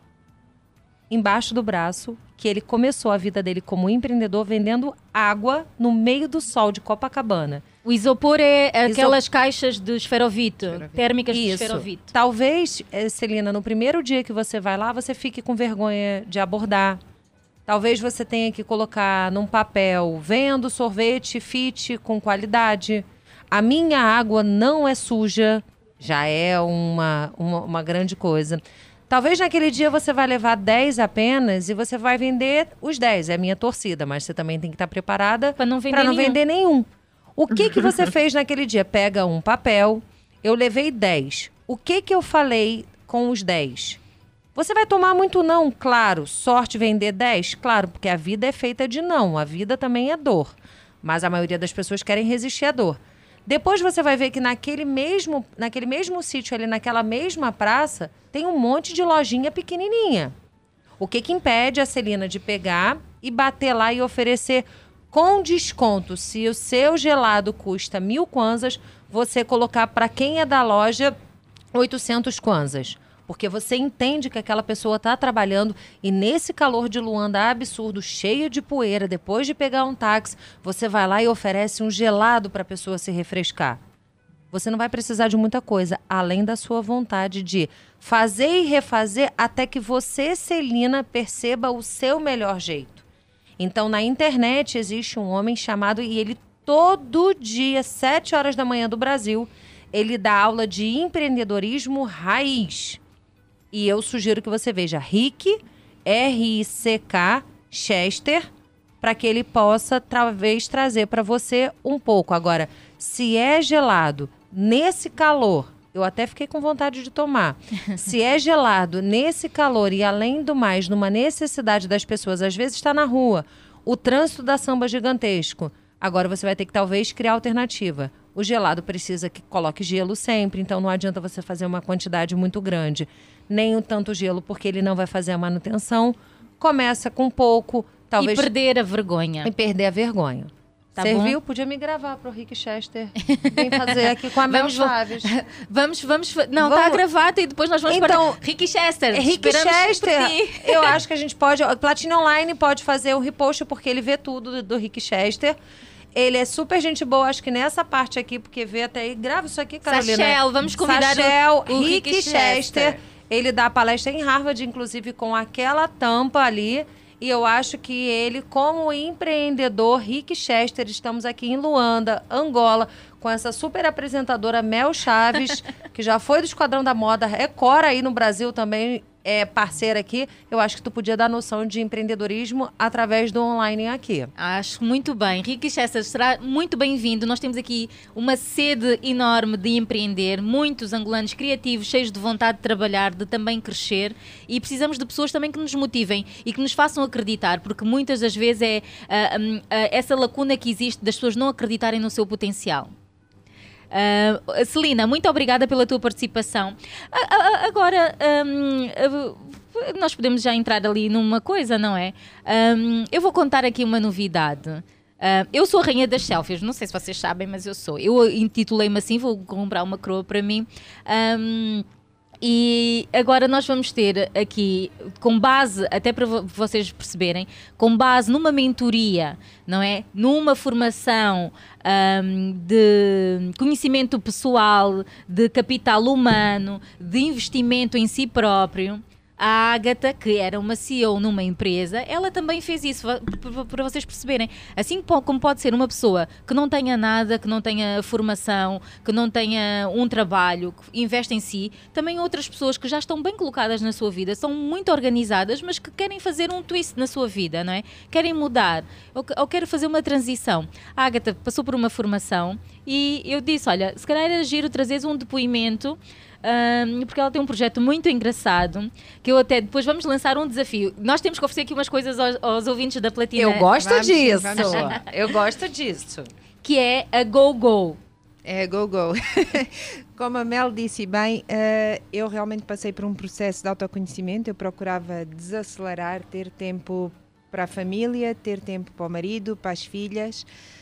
embaixo do braço, que ele começou a vida dele como empreendedor vendendo água no meio do sol de Copacabana. O isopor é aquelas Isop... caixas de esferovite, esferovite. térmicas Isso. de esferovite. Talvez, Celina, no primeiro dia que você vai lá, você fique com vergonha de abordar. Talvez você tenha que colocar num papel, vendo sorvete fit com qualidade. A minha água não é suja, já é uma, uma, uma grande coisa. Talvez naquele dia você vai levar dez apenas e você vai vender os dez. É a minha torcida, mas você também tem que estar preparada para não, vender, não vender nenhum. O que, que você fez naquele dia? Pega um papel, eu levei dez. O que, que eu falei com os dez? Você vai tomar muito não, claro. Sorte vender dez? Claro, porque a vida é feita de não. A vida também é dor. Mas a maioria das pessoas querem resistir à dor. Depois você vai ver que naquele mesmo, naquele mesmo sítio ali, naquela mesma praça, tem um monte de lojinha pequenininha. O que que impede a Celina de pegar e bater lá e oferecer com desconto? Se o seu gelado custa mil kwanzas, você colocar para quem é da loja oitocentos kwanzas. Porque você entende que aquela pessoa está trabalhando e nesse calor de Luanda absurdo, cheio de poeira, depois de pegar um táxi, você vai lá e oferece um gelado para a pessoa se refrescar. Você não vai precisar de muita coisa, além da sua vontade de fazer e refazer até que você, Celina, perceba o seu melhor jeito. Então, na internet existe um homem chamado, e ele todo dia, sete horas da manhã do Brasil, ele dá aula de empreendedorismo raiz. E eu sugiro que você veja Rick, R I C K, Chester, para que ele possa, talvez, trazer para você um pouco. Agora, se é gelado, nesse calor, eu até fiquei com vontade de tomar. Se é gelado, nesse calor e, além do mais, numa necessidade das pessoas, às vezes está na rua, o trânsito da samba gigantesco. Agora você vai ter que, talvez, criar alternativa. O gelado precisa que coloque gelo sempre, então não adianta você fazer uma quantidade muito grande. Nem o tanto gelo, porque ele não vai fazer a manutenção. Começa com pouco, talvez... E perder a vergonha. E perder a vergonha. Tá Serviu? Bom? Podia me gravar para o Rick Chester. Vem fazer aqui com a Mel Chaves. Vamos, vamos... Não, vamos... tá gravado e depois nós vamos então, para... Rick Chester, Rick Chester, eu acho que a gente pode... Platina Online pode fazer o repost, porque ele vê tudo do, do Rick Chester. Ele é super gente boa, acho que nessa parte aqui, porque vê até aí. Grava isso aqui, Carolina. Sachel, vamos convidar Sachel, o, o Rick, Rick Chester. Chester. Ele dá palestra em Harvard, inclusive, com aquela tampa ali. E eu acho que ele, como empreendedor, Rick Chester, estamos aqui em Luanda, Angola, com essa super apresentadora Mel Chaves, que já foi do Esquadrão da Moda, Record aí no Brasil também, é parceira aqui. Eu acho que tu podia dar noção de empreendedorismo através do online aqui. Acho muito bem. Rick Chester será muito bem-vindo. Nós temos aqui uma sede enorme de empreender, muitos angolanos criativos, cheios de vontade de trabalhar, de também crescer, e precisamos de pessoas também que nos motivem e que nos façam acreditar, porque muitas das vezes é uh, uh, uh, essa lacuna que existe das pessoas não acreditarem no seu potencial. Uh, Celina, muito obrigada pela tua participação. Uh, uh, agora, um, uh, nós podemos já entrar ali numa coisa, não é? Um, eu vou contar aqui uma novidade. Uh, eu sou a rainha das selfies, não sei se vocês sabem, mas eu sou. Eu intitulei-me assim, vou comprar uma coroa para mim. Um, E agora nós vamos ter aqui, com base, até para vocês perceberem, com base numa mentoria, não é? Numa formação um, de conhecimento pessoal, de capital humano, de investimento em si próprio. A Ágata, que era uma C E O numa empresa, ela também fez isso, para vocês perceberem. Assim como pode ser uma pessoa que não tenha nada, que não tenha formação, que não tenha um trabalho, que investe em si, também outras pessoas que já estão bem colocadas na sua vida, são muito organizadas, mas que querem fazer um twist na sua vida, não é? Querem mudar, ou, ou querem fazer uma transição. A Ágata passou por uma formação e eu disse, olha, se calhar era giro trazeres um depoimento, Um, porque ela tem um projeto muito engraçado, que eu até depois vamos lançar um desafio. Nós temos que oferecer aqui umas coisas aos, aos ouvintes da Platina. Eu gosto vamos, disso. vamos. Eu gosto disso. Que é a Go Go. É go-go. Como a Mel disse bem, uh, eu realmente passei por um processo de autoconhecimento. Eu procurava desacelerar, ter tempo para a família, ter tempo para o marido, para as filhas.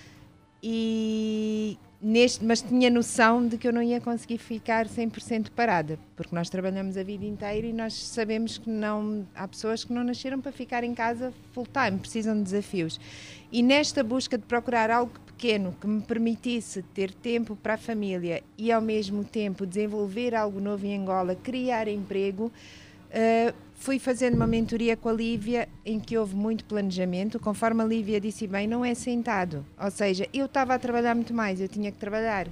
E neste, mas tinha noção de que eu não ia conseguir ficar cem por cento parada, porque nós trabalhamos a vida inteira e nós sabemos que não, há pessoas que não nasceram para ficar em casa full time, precisam de desafios. E nesta busca de procurar algo pequeno que me permitisse ter tempo para a família e ao mesmo tempo desenvolver algo novo em Angola, criar emprego, uh, fui fazendo uma mentoria com a Lívia em que houve muito planejamento. Conforme a Lívia disse bem, não é sentado. Ou seja, eu estava a trabalhar muito mais, eu tinha que trabalhar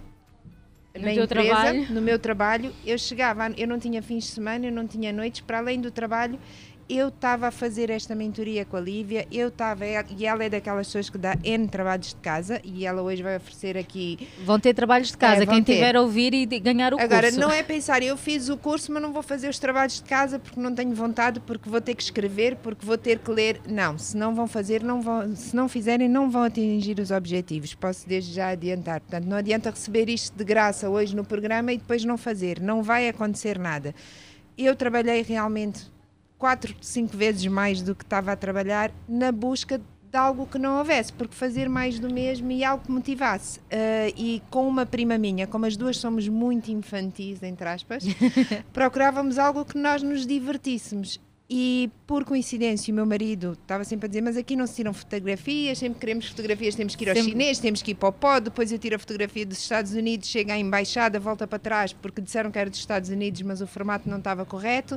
no na teu empresa, trabalho? no meu trabalho. Eu chegava, eu não tinha fins de semana, eu não tinha noites, para além do trabalho. Eu estava a fazer esta mentoria com a Lívia, eu estava, e ela é daquelas pessoas que dá N trabalhos de casa, e ela hoje vai oferecer aqui... Vão ter trabalhos de casa, É, vão quem ter. tiver a ouvir e de- ganhar o Agora, curso. não é pensar, eu fiz o curso, mas não vou fazer os trabalhos de casa porque não tenho vontade, porque vou ter que escrever, porque vou ter que ler. Não, se não vão fazer, não vão, se não fizerem, não vão atingir os objetivos. Posso desde já adiantar. Portanto, não adianta receber isto de graça hoje no programa e depois não fazer. Não vai acontecer nada. Eu trabalhei realmente quatro, cinco vezes mais do que estava a trabalhar na busca de algo que não houvesse, porque fazer mais do mesmo e algo que motivasse. Uh, e com uma prima minha, como as duas somos muito infantis, entre aspas, procurávamos algo que nós nos divertíssemos. E, por coincidência, o meu marido estava sempre a dizer, mas aqui não se tiram fotografias, sempre queremos fotografias, temos que ir ao Sempre. chinês, temos que ir para o pó, depois eu tiro a fotografia dos Estados Unidos, chega à embaixada, volta para trás, porque disseram que era dos Estados Unidos, mas o formato não estava correto.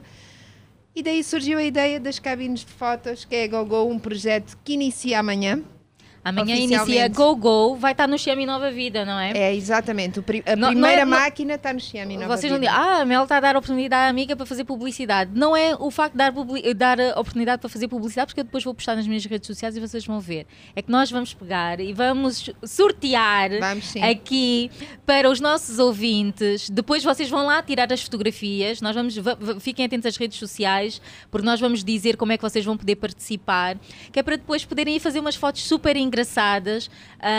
E daí surgiu a ideia das cabines de fotos, que é a GoGo, um projeto que inicia amanhã. Amanhã inicia Oficialmente. Go Go, vai estar no Xiaomi Nova Vida, não é? É, exatamente. O pri- a Não- primeira não é- não- máquina está no Xiaomi Nova Vocês não Vida. dizem, ah, a Mel está a dar oportunidade à amiga para fazer publicidade. Não é o facto de dar, publi- dar a oportunidade para fazer publicidade, porque eu depois vou postar nas minhas redes sociais e vocês vão ver. É que nós vamos pegar e vamos sortear Vamos sim. aqui para os nossos ouvintes. Depois vocês vão lá tirar as fotografias. Nós vamos, va- va- fiquem atentos às redes sociais, porque nós vamos dizer como é que vocês vão poder participar, que é para depois poderem ir fazer umas fotos super engraçadas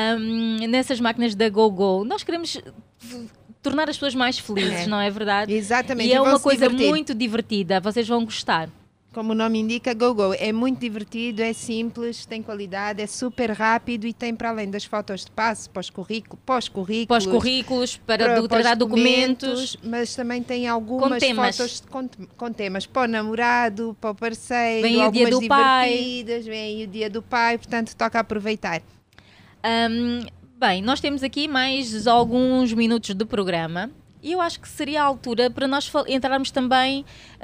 ahm, nessas máquinas da GoGo. Nós queremos f- tornar as pessoas mais felizes, É. não é verdade? Exatamente. E é vão uma se coisa divertir. muito divertida, vocês vão gostar. Como o nome indica, GoGo. É muito divertido, é simples, tem qualidade, é super rápido e tem, para além das fotos de passe, pós-currículo, pós-currículos, Pós-currículos, para para- do, para os tratar documentos. mas também tem algumas temas. fotos com, com temas para o namorado, para o parceiro, Vem o algumas dia do pai. divertidas, vem aí o dia do pai, portanto toca aproveitar. Ahm, bem, nós temos aqui mais alguns minutos de programa e eu acho que seria a altura para nós fal- entrarmos também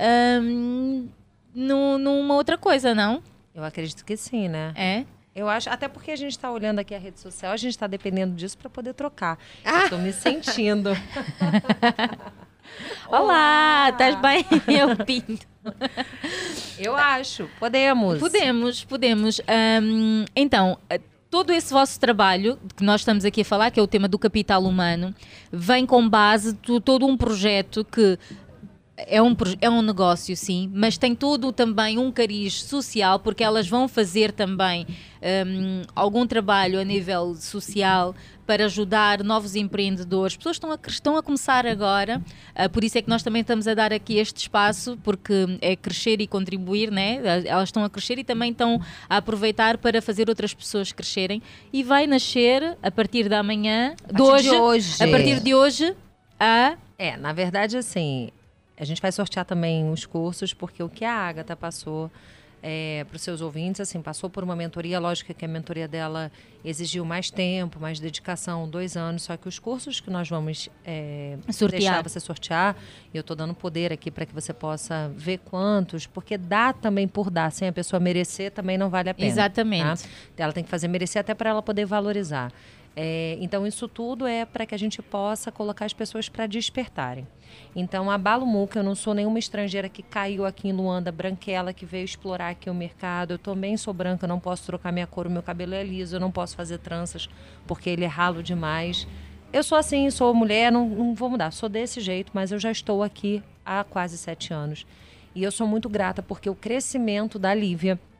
ahm, no- numa outra coisa, não? Eu acredito que sim, né? É? Eu acho, até porque a gente está olhando aqui a rede social, a gente está dependendo disso para poder trocar. Ah! Eu tô me sentindo. Olá, estás bem? Eu pinto. Eu acho. Podemos. Podemos, podemos. Ahm, então, eh, todo esse vosso trabalho que nós estamos aqui a falar, que é o tema do capital humano, vem com base de todo um projeto que é um, proje- é um negócio, sim, mas tem todo também um cariz social, porque elas vão fazer também hum, algum trabalho a nível social para ajudar novos empreendedores. Pessoas estão a, cres- estão a começar agora, ah, por isso é que nós também estamos a dar aqui este espaço, porque é crescer e contribuir, né? Elas estão a crescer e também estão a aproveitar para fazer outras pessoas crescerem. E vai nascer, a partir da manhã, de partir hoje, de hoje. a partir de hoje, a... É, na verdade, assim, a gente vai sortear também os cursos, porque o que a Agatha passou é, para os seus ouvintes, assim, passou por uma mentoria, lógico que a mentoria dela exigiu mais tempo, mais dedicação, dois anos, só que os cursos que nós vamos é, Sortear. deixar você sortear, e eu estou dando poder aqui para que você possa ver quantos, porque dá também por dar, sem a pessoa merecer também não vale a pena. Exatamente. Tá? Ela tem que fazer merecer até para ela poder valorizar. É, então, isso tudo é para que a gente possa colocar as pessoas para despertarem. Então, a Balo Muca, eu não sou nenhuma estrangeira que caiu aqui em Luanda, branquela, que veio explorar aqui o mercado. Eu também sou branca, eu não posso trocar minha cor, o meu cabelo é liso, eu não posso fazer tranças porque ele é ralo demais. Eu sou assim, sou mulher, não, não vou mudar, sou desse jeito, mas eu já estou aqui há quase sete anos. E eu sou muito grata porque o crescimento da Lívia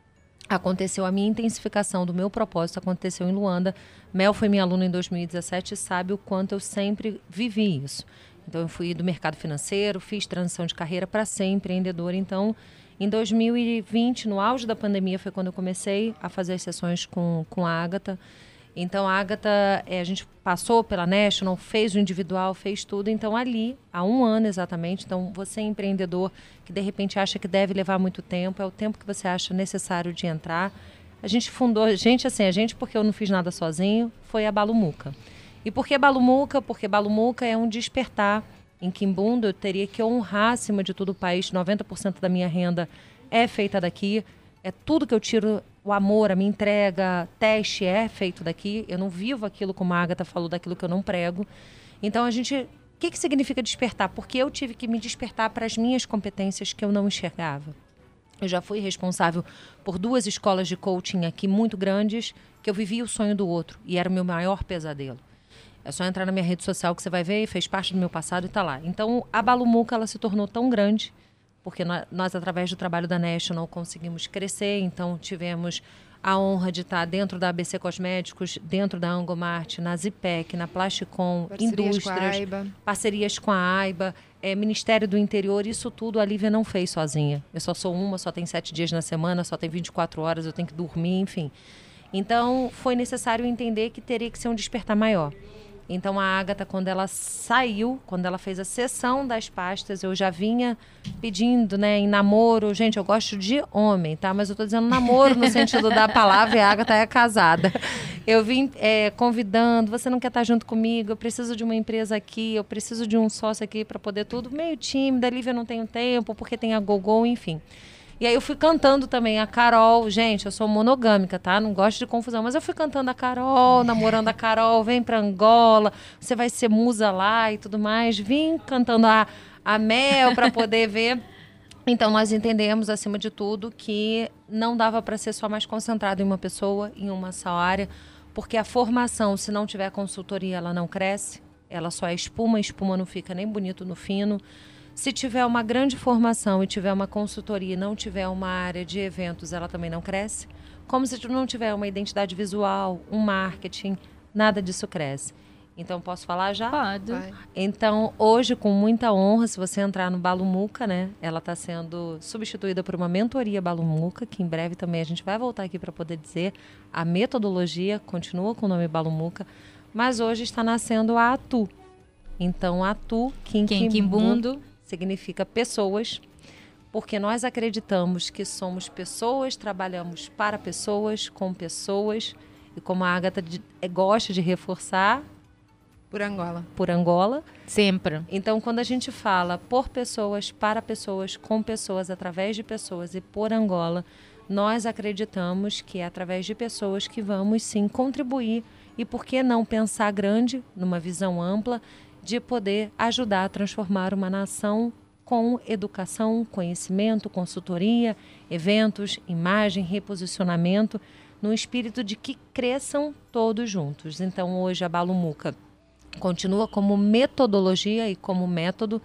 aconteceu a minha intensificação do meu propósito, aconteceu em Luanda. Mel foi minha aluna em dois mil e dezessete e sabe o quanto eu sempre vivi isso. Então, eu fui do mercado financeiro, fiz transição de carreira para ser empreendedora. Então, em dois mil e vinte, no auge da pandemia, foi quando eu comecei a fazer as sessões com, com a Ágata. Então, a Ágata, é, a gente passou pela National, fez o individual, fez tudo. Então, ali, há um ano exatamente, então, você é empreendedor que, de repente, acha que deve levar muito tempo, é o tempo que você acha necessário de entrar. A gente fundou, gente, assim, a gente, porque eu não fiz nada sozinho, foi a Balumuca. E por que Balumuca? Porque Balumuca é um despertar. Em Quimbundo, eu teria que honrar, acima de tudo, o país. noventa por cento da minha renda é feita daqui. É tudo que eu tiro, o amor, a minha entrega, teste é feito daqui. Eu não vivo aquilo, como a Ágata falou, daquilo que eu não prego. Então, a gente... O que, que significa despertar? Porque eu tive que me despertar para as minhas competências que eu não enxergava. Eu já fui responsável por duas escolas de coaching aqui muito grandes, que eu vivia o sonho do outro. E era o meu maior pesadelo. É só entrar na minha rede social que você vai ver, fez parte do meu passado e está lá. Então, a Balumuca, ela se tornou tão grande, porque nós, nós, através do trabalho da National, conseguimos crescer. Então, tivemos a honra de estar dentro da A B C Cosméticos, dentro da Angomart, na Zipec, na Plasticom, Parcerias indústrias, com a AIBA. parcerias com a AIBA, é, Ministério do Interior, isso tudo a Lívia não fez sozinha. Eu só sou uma, só tem sete dias na semana, só tem vinte e quatro horas, eu tenho que dormir, enfim. Então, foi necessário entender que teria que ser um despertar maior. Então, a Ágata, quando ela saiu, quando ela fez a sessão das pastas, eu já vinha pedindo, né, em namoro. Gente, eu gosto de homem, tá? Mas eu tô dizendo namoro no sentido da palavra, e a Ágata é casada. Eu vim é, convidando, você não quer estar junto comigo? Eu preciso de uma empresa aqui, eu preciso de um sócio aqui para poder tudo. Meio tímida, a Lívia não tem tempo, porque tem a Gogol, enfim. E aí eu fui cantando também a Carol. Gente, eu sou monogâmica, tá? Não gosto de confusão. Mas eu fui cantando a Carol, namorando a Carol. Vem pra Angola, você vai ser musa lá e tudo mais. Vim cantando a, a Mel para poder ver. Então, nós entendemos, acima de tudo, que não dava para ser só mais concentrado em uma pessoa, em uma só área. Porque a formação, se não tiver consultoria, ela não cresce. Ela só é espuma, espuma não fica nem bonito no fino. Se tiver uma grande formação e tiver uma consultoria e não tiver uma área de eventos, ela também não cresce. Como se não tiver uma identidade visual, um marketing, nada disso cresce. Então, posso falar já? Pode. Vai. Então, hoje, com muita honra, se você entrar no Balumuca, né? Ela está sendo substituída por uma mentoria Balumuca, que em breve também a gente vai voltar aqui para poder dizer. A metodologia continua com o nome Balumuca, mas hoje está nascendo a Atu. Então, a Atu, Quimbundo, significa pessoas, porque nós acreditamos que somos pessoas, trabalhamos para pessoas, com pessoas, e como a Ágata de, é, gosta de reforçar, Por Angola. por Angola. sempre. Então, quando a gente fala por pessoas, para pessoas, com pessoas, através de pessoas e por Angola, nós acreditamos que é através de pessoas que vamos, sim, contribuir e, por que não, pensar grande, numa visão ampla, de poder ajudar a transformar uma nação com educação, conhecimento, consultoria, eventos, imagem, reposicionamento, no espírito de que cresçam todos juntos. Então, hoje, a Balumuca continua como metodologia e como método,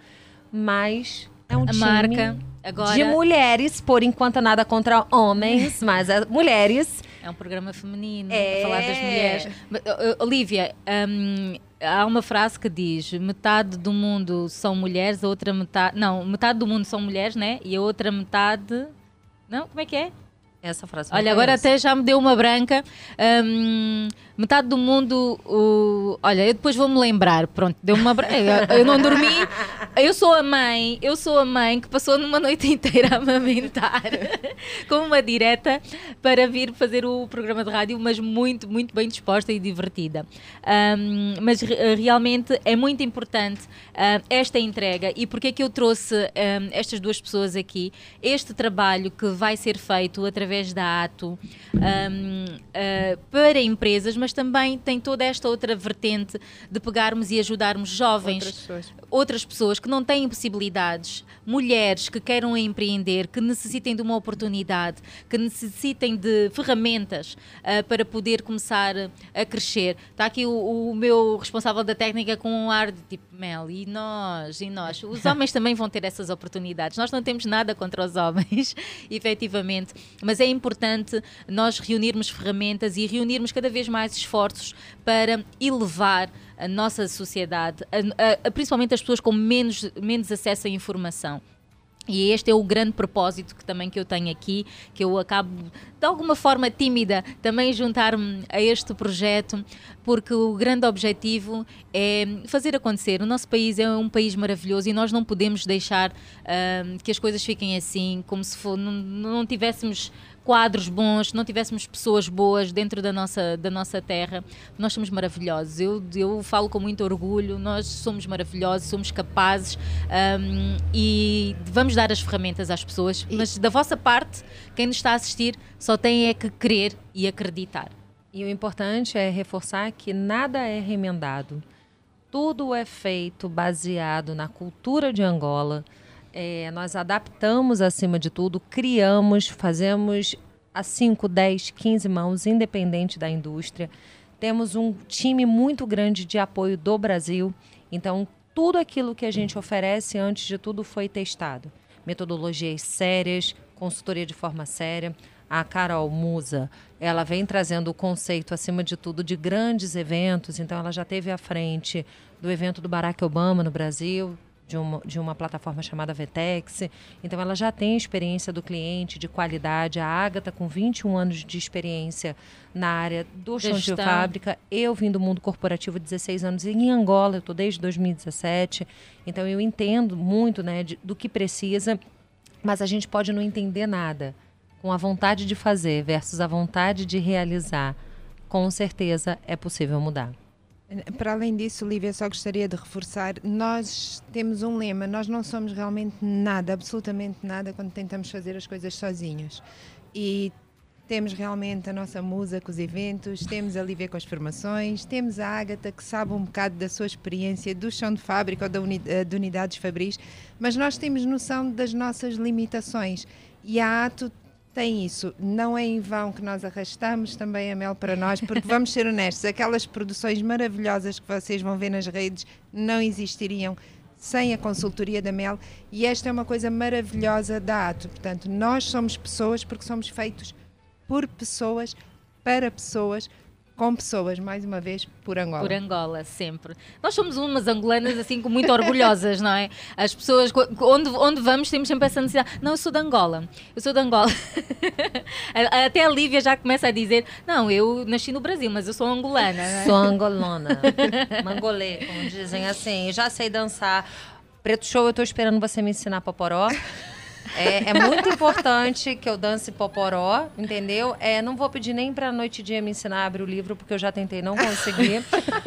mas é um A time marca, agora, de mulheres, por enquanto nada contra homens, mas é mulheres. é um programa feminino, É. a falar das mulheres. Mas, uh, Olivia, hum, há uma frase que diz: metade do mundo são mulheres, a outra metade... Não, metade do mundo são mulheres, né? E a outra metade... Não, como é que é? Essa frase. eu Olha, não agora conheço. até já me deu uma branca. Hum, metade do mundo... O... Olha, eu depois vou-me lembrar. Pronto, deu-me uma branca. Eu, eu não dormi. Eu sou a mãe, eu sou a mãe que passou numa noite inteira a amamentar com uma direta para vir fazer o programa de rádio, mas muito, muito bem disposta e divertida. Hum, mas re- realmente é muito importante hum, esta entrega. E porque é que eu trouxe hum, estas duas pessoas aqui? Este trabalho que vai ser feito através da Atu hum, uh, para empresas, mas também tem toda esta outra vertente de pegarmos e ajudarmos jovens, Outras pessoas. outras pessoas que não têm possibilidades, mulheres que queiram empreender, que necessitem de uma oportunidade, que necessitem de ferramentas uh, para poder começar a crescer. Está aqui o, o meu responsável da técnica com um ar de tipo, Mel, e nós, e nós. Os homens também vão ter essas oportunidades. Nós não temos nada contra os homens, efetivamente, mas é importante nós reunirmos ferramentas e reunirmos cada vez mais esforços para elevar a nossa sociedade, a, a, principalmente as pessoas com menos, menos acesso à informação. E este é o grande propósito que também que eu tenho aqui, que eu acabo, de alguma forma tímida, também juntar-me a este projeto, porque o grande objetivo é fazer acontecer. O nosso país é um país maravilhoso e nós não podemos deixar uh, que as coisas fiquem assim, como se for, não, não tivéssemos quadros bons, não tivéssemos pessoas boas dentro da nossa, da nossa terra. Nós somos maravilhosos. Eu, eu falo com muito orgulho, nós somos maravilhosos, somos capazes um, e vamos dar as ferramentas às pessoas, e... mas da vossa parte, quem nos está a assistir só tem é que querer e acreditar. E o importante é reforçar que nada é remendado. Tudo é feito baseado na cultura de Angola. É, nós adaptamos, acima de tudo, criamos, fazemos a cinco, dez, quinze mãos, independente da indústria. Temos um time muito grande de apoio do Brasil. Então, tudo aquilo que a gente oferece, antes de tudo, foi testado. Metodologias sérias, consultoria de forma séria. A Carol Musa, ela vem trazendo o conceito, acima de tudo, de grandes eventos. Então, ela já esteve à frente do evento do Barack Obama no Brasil, de uma, de uma plataforma chamada Vetex. Então, ela já tem experiência do cliente, de qualidade. A Ágata, com vinte e um anos de experiência na área do chão de fábrica. Eu vim do mundo corporativo dezesseis anos em Angola, eu estou desde dois mil e dezessete. Então, eu entendo muito, né, de, do que precisa, mas a gente pode não entender nada. Com a vontade de fazer versus a vontade de realizar, com certeza é possível mudar. Para além disso, Lívia, só gostaria de reforçar, nós temos um lema, nós não somos realmente nada, absolutamente nada, quando tentamos fazer as coisas sozinhos. E temos realmente a nossa musa com os eventos, temos a Lívia com as formações, temos a Ágata que sabe um bocado da sua experiência do chão de fábrica ou da uni- de unidades fabris, mas nós temos noção das nossas limitações. E a Ato tem isso. Não é em vão que nós arrastamos também a Mel para nós, porque vamos ser honestos, aquelas produções maravilhosas que vocês vão ver nas redes não existiriam sem a consultoria da Mel, e esta é uma coisa maravilhosa da Ato. Portanto, nós somos pessoas porque somos feitos por pessoas, para pessoas, com pessoas, mais uma vez, por Angola. Por Angola, sempre. Nós somos umas angolanas, assim, muito orgulhosas, não é? As pessoas, onde, onde vamos, temos sempre essa necessidade. Não, eu sou de Angola. Eu sou de Angola. Até a Lívia já começa a dizer, não, eu nasci no Brasil, mas eu sou angolana. Né? Sou angolona. Mangolê, como dizem assim. Já sei dançar. Preto Show, eu estou esperando você me ensinar poporó. É, é muito importante que eu dance poporó, entendeu? É, não vou pedir nem pra noite e dia me ensinar a abrir o livro, porque eu já tentei, não consegui.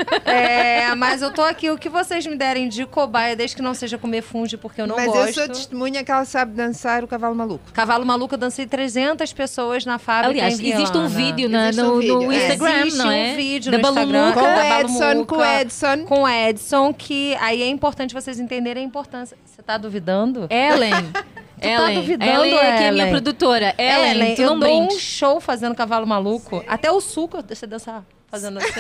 É, mas eu tô aqui, o que vocês me derem de cobaia, desde que não seja comer funge, porque eu não mas gosto. Mas eu sou testemunha que ela sabe dançar o Cavalo Maluco. Cavalo Maluco, eu dancei trezentas pessoas na fábrica. Aliás, em existe um vídeo, na, existe no, um vídeo. no Instagram, existe não é? um vídeo da no Instagram. Com o Edson, com o Edson. Com o Edson, que aí é importante vocês entenderem a importância. Você tá duvidando? Ellen. Tu Ellen, tá duvidando, Ellen é que é a minha Ellen? produtora. Ellen, Ellen, tu eu não dou brinques. um show fazendo Cavalo Maluco. Sim. Até o suco você dançar fazendo assim.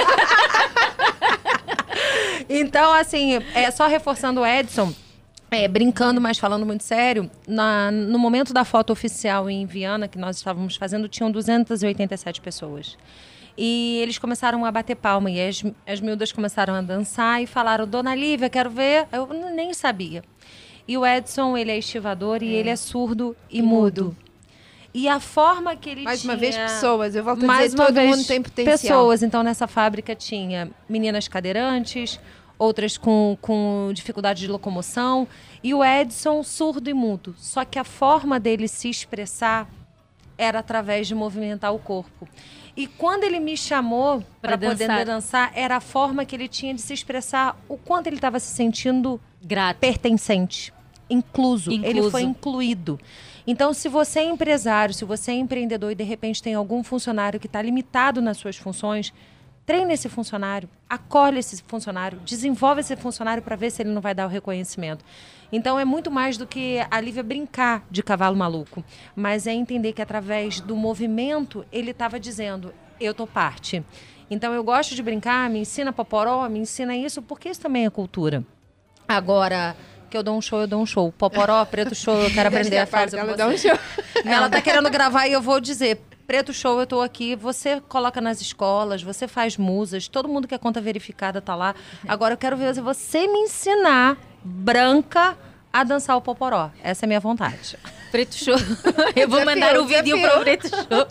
Então, assim, é só reforçando o Edson, é, brincando, mas falando muito sério, na, no momento da foto oficial em Viana, que nós estávamos fazendo, tinham duzentas e oitenta e sete pessoas. E eles começaram a bater palma, e as, as miúdas começaram a dançar e falaram, Dona Lívia, quero ver. Eu nem sabia. E o Edson, ele é estivador é. e ele é surdo e, e mudo. mudo. E a forma que ele mais tinha... Mais uma vez, pessoas. Eu volto a mais dizer, uma todo vez, mundo tem potencial. Pessoas. Então, nessa fábrica tinha meninas cadeirantes, outras com, com dificuldade de locomoção. E o Edson, surdo e mudo. Só que a forma dele se expressar era através de movimentar o corpo. E quando ele me chamou para poder dançar, era a forma que ele tinha de se expressar o quanto ele estava se sentindo grato, pertencente, incluso. incluso. Ele foi incluído. Então, se você é empresário, se você é empreendedor e de repente tem algum funcionário que está limitado nas suas funções, treine esse funcionário, acolhe esse funcionário, desenvolve esse funcionário para ver se ele não vai dar o reconhecimento. Então, é muito mais do que a Lívia brincar de cavalo maluco, mas é entender que através do movimento ele estava dizendo, eu tô parte. Então, eu gosto de brincar, me ensina poporó, me ensina isso, porque isso também é cultura. Agora, que eu dou um show, eu dou um show. Poporó, preto show, eu quero aprender a fazer. Ela dá um show. Ela tá querendo gravar e eu vou dizer, preto show, eu tô aqui, você coloca nas escolas, você faz musas, todo mundo que é conta verificada tá lá. Agora eu quero ver você me ensinar, branca, a dançar o poporó. Essa é a minha vontade. Preto show. Eu vou mandar o vídeo para o Preto show.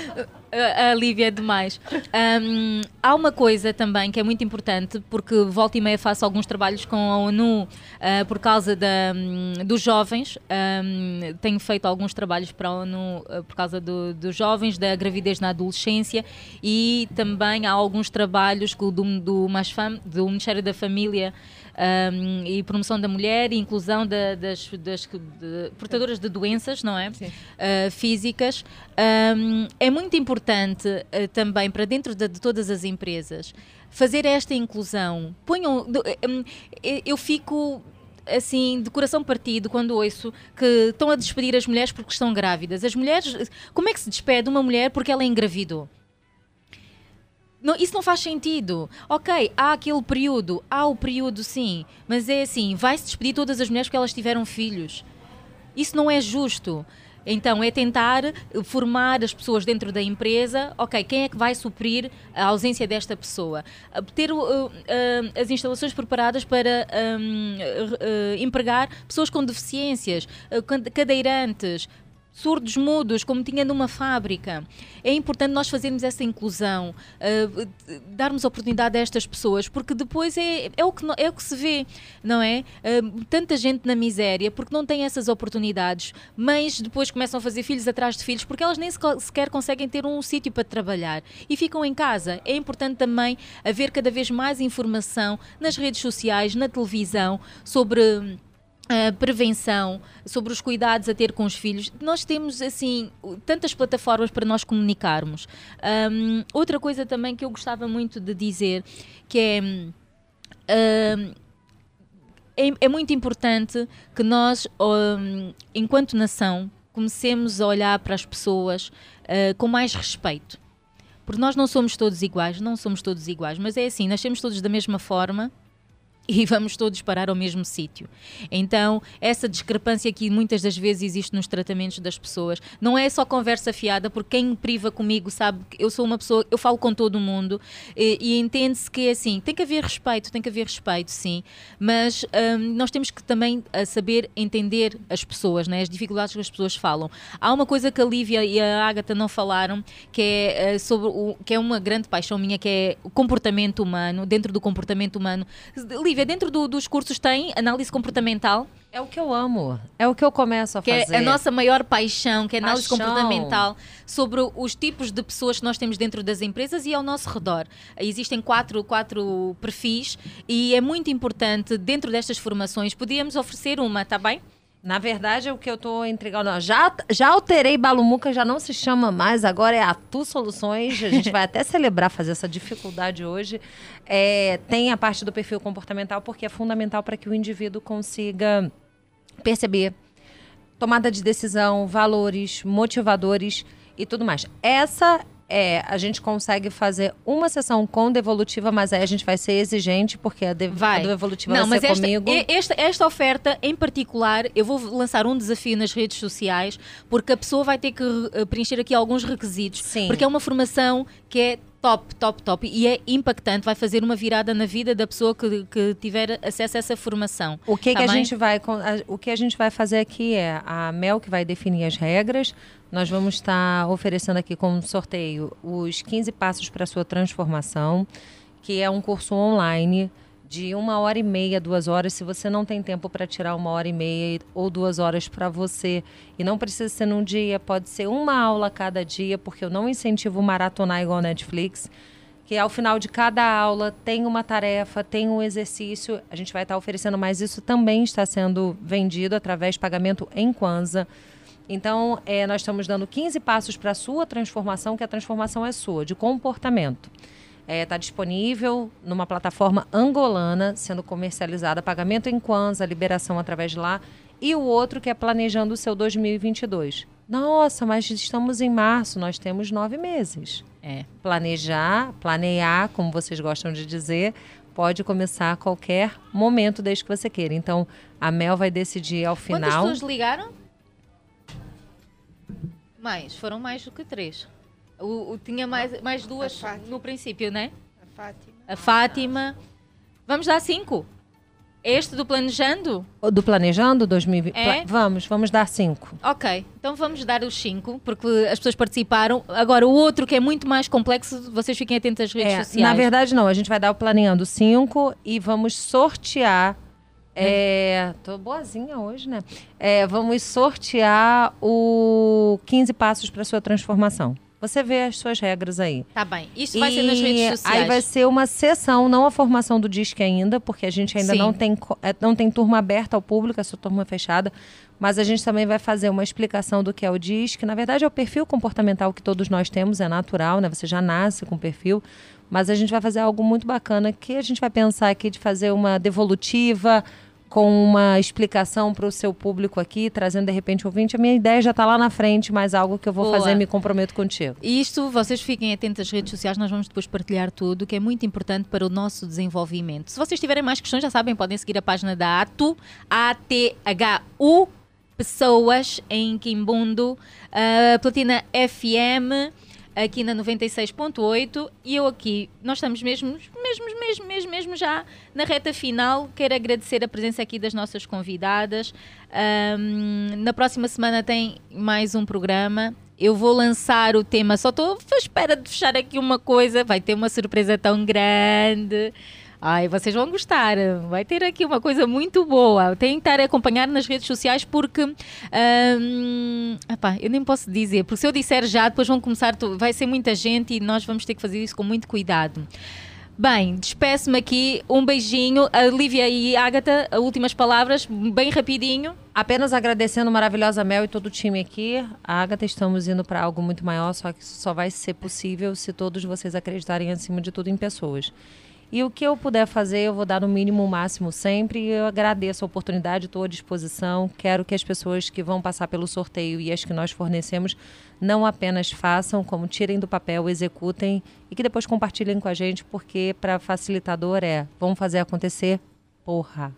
A Lívia é demais. Um, há uma coisa também que é muito importante, porque volta e meia faço alguns trabalhos com a ONU uh, por causa da, um, dos jovens. Um, tenho feito alguns trabalhos para a ONU uh, por causa do, dos jovens, da gravidez na adolescência, e também há alguns trabalhos do, do, MASFAM, do Ministério da Família um, e Promoção da Mulher e Inclusão da, das, das de, portadoras de doenças, não é? Uh, físicas. Um, é muito importante uh, também para dentro de, de todas as empresas fazer esta inclusão. Ponham, um, eu fico assim de coração partido quando ouço que estão a despedir as mulheres porque estão grávidas. As mulheres, como é que se despede uma mulher porque ela engravidou? Não, isso não faz sentido. Ok, há aquele período, há o período sim, mas é assim, vai-se despedir todas as mulheres porque elas tiveram filhos. Isso não é justo. Então, é tentar formar as pessoas dentro da empresa, ok, quem é que vai suprir a ausência desta pessoa? Ter uh, uh, as instalações preparadas para um, uh, uh, empregar pessoas com deficiências, uh, cadeirantes, surdos mudos, como tinha numa fábrica. É importante nós fazermos essa inclusão, uh, darmos oportunidade a estas pessoas, porque depois é, é, o, que, é o que se vê, não é? Uh, tanta gente na miséria, porque não tem essas oportunidades, mães depois começam a fazer filhos atrás de filhos, porque elas nem sequer conseguem ter um sítio para trabalhar e ficam em casa. É importante também haver cada vez mais informação nas redes sociais, na televisão, sobre a prevenção, sobre os cuidados a ter com os filhos. Nós temos, assim, tantas plataformas para nós comunicarmos. Um, outra coisa também que eu gostava muito de dizer, que é, um, é, é muito importante que nós, um, enquanto nação, comecemos a olhar para as pessoas uh, com mais respeito. Porque nós não somos todos iguais, não somos todos iguais, mas é assim, nascemos todos da mesma forma, e vamos todos parar ao mesmo sítio. Então, essa discrepância que muitas das vezes existe nos tratamentos das pessoas, não é só conversa fiada, porque quem me priva comigo sabe que eu sou uma pessoa, eu falo com todo mundo e, e entende-se que é assim, tem que haver respeito, tem que haver respeito, sim, mas hum, nós temos que também saber entender as pessoas, né? As dificuldades que as pessoas falam. Há uma coisa que a Lívia e a Ágata não falaram, que é, uh, sobre o, que é uma grande paixão minha, que é o comportamento humano, dentro do comportamento humano. Lívia, dentro do, dos cursos tem análise comportamental. É o que eu amo, é o que eu começo a que fazer. É a nossa maior paixão, que é a análise Paixão. comportamental sobre os tipos de pessoas que nós temos dentro das empresas e ao nosso redor. Existem quatro, quatro perfis e é muito importante, dentro destas formações, podíamos oferecer uma, tá bem? Na verdade, é o que eu estou entregando. Já, já alterei Balumuca, já não se chama mais, agora é Atu Soluções. A gente vai até celebrar fazer essa dificuldade hoje. É, tem a parte do perfil comportamental, porque é fundamental para que o indivíduo consiga perceber tomada de decisão, valores, motivadores e tudo mais. Essa é, a gente consegue fazer uma sessão com devolutiva, mas aí a gente vai ser exigente, porque a, de, vai. a devolutiva Não, vai mas ser esta, comigo. Esta, esta oferta, em particular, eu vou lançar um desafio nas redes sociais, porque a pessoa vai ter que uh, preencher aqui alguns requisitos. Sim. Porque é uma formação que é top, top, top. E é impactante, vai fazer uma virada na vida da pessoa que, que tiver acesso a essa formação. O que, tá que a bem? gente vai, o que a gente vai fazer aqui é a Mel que vai definir as regras. Nós vamos estar oferecendo aqui como sorteio os quinze passos para a sua transformação, que é um curso online de uma hora e meia, duas horas. Se você não tem tempo para tirar uma hora e meia ou duas horas para você, e não precisa ser num dia, pode ser uma aula a cada dia, porque eu não incentivo maratonar igual Netflix, que ao final de cada aula tem uma tarefa, tem um exercício. A gente vai estar oferecendo, mas isso também está sendo vendido através de pagamento em Kwanza. Então, é, nós estamos dando quinze passos para a sua transformação, que a transformação é sua, de comportamento. Está disponível numa plataforma angolana, sendo comercializada, pagamento em Kwanza, liberação através de lá. E o outro que é Planejando o Seu dois mil e vinte e dois. Nossa, mas estamos em março, nós temos nove meses. É. Planejar, planear, como vocês gostam de dizer, pode começar a qualquer momento, desde que você queira. Então, a Mel vai decidir ao final... Quantas pessoas ligaram? Mais, foram mais do que três. O, o, tinha mais, mais duas no princípio, né? A Fátima. A Fátima. Vamos dar cinco? Este do Planejando? O do Planejando dois mil e vinte? É? Pla- vamos, vamos dar cinco. Ok, então vamos dar os cinco, porque as pessoas participaram. Agora, o outro que é muito mais complexo, vocês fiquem atentos às redes É, sociais. na verdade, não. A gente vai dar o Planeando cinco e vamos sortear... É, tô boazinha hoje, né? É, vamos sortear o quinze passos para sua transformação. Você vê as suas regras aí. Tá bem. Isso vai ser nas redes sociais. Aí vai ser uma sessão, não a formação do Disque ainda, porque a gente ainda Sim. não tem, co- é, não tem turma aberta ao público, é só turma fechada. Mas a gente também vai fazer uma explicação do que é o Disque. Na verdade, é o perfil comportamental que todos nós temos, é natural, né? Você já nasce com perfil. Mas a gente vai fazer algo muito bacana, que a gente vai pensar aqui de fazer uma devolutiva, com uma explicação para o seu público aqui, trazendo de repente o ouvinte. A minha ideia já está lá na frente, mas algo que eu vou Boa. fazer, me comprometo contigo. Isto, vocês fiquem atentos às redes sociais, nós vamos depois partilhar tudo, que é muito importante para o nosso desenvolvimento. Se vocês tiverem mais questões, já sabem, podem seguir a página da ATU, A T H U, Pessoas, em Quimbundo, uh, Platina F M, aqui na noventa e seis ponto oito, e eu aqui, nós estamos mesmo, mesmo, mesmo, mesmo, mesmo já na reta final. Quero agradecer a presença aqui das nossas convidadas. Um, na próxima semana tem mais um programa. Eu vou lançar o tema, só estou à espera de fechar aqui uma coisa, vai ter uma surpresa tão grande. Ai, vocês vão gostar, vai ter aqui uma coisa muito boa. Tem que estar a acompanhar nas redes sociais porque, hum, epá, eu nem posso dizer, porque se eu disser já, depois vão começar, vai ser muita gente e nós vamos ter que fazer isso com muito cuidado. Bem, despeço-me aqui, um beijinho. A Lívia e a Ágata, últimas palavras, bem rapidinho. Apenas agradecendo a maravilhosa Mel e todo o time aqui. A Ágata, estamos indo para algo muito maior, só que isso só vai ser possível se todos vocês acreditarem, acima de tudo, em pessoas. E o que eu puder fazer, eu vou dar no mínimo o máximo sempre. Eu agradeço a oportunidade, estou à disposição. Quero que as pessoas que vão passar pelo sorteio e as que nós fornecemos não apenas façam, como tirem do papel, executem e que depois compartilhem com a gente, porque para facilitador é, vamos fazer acontecer, porra.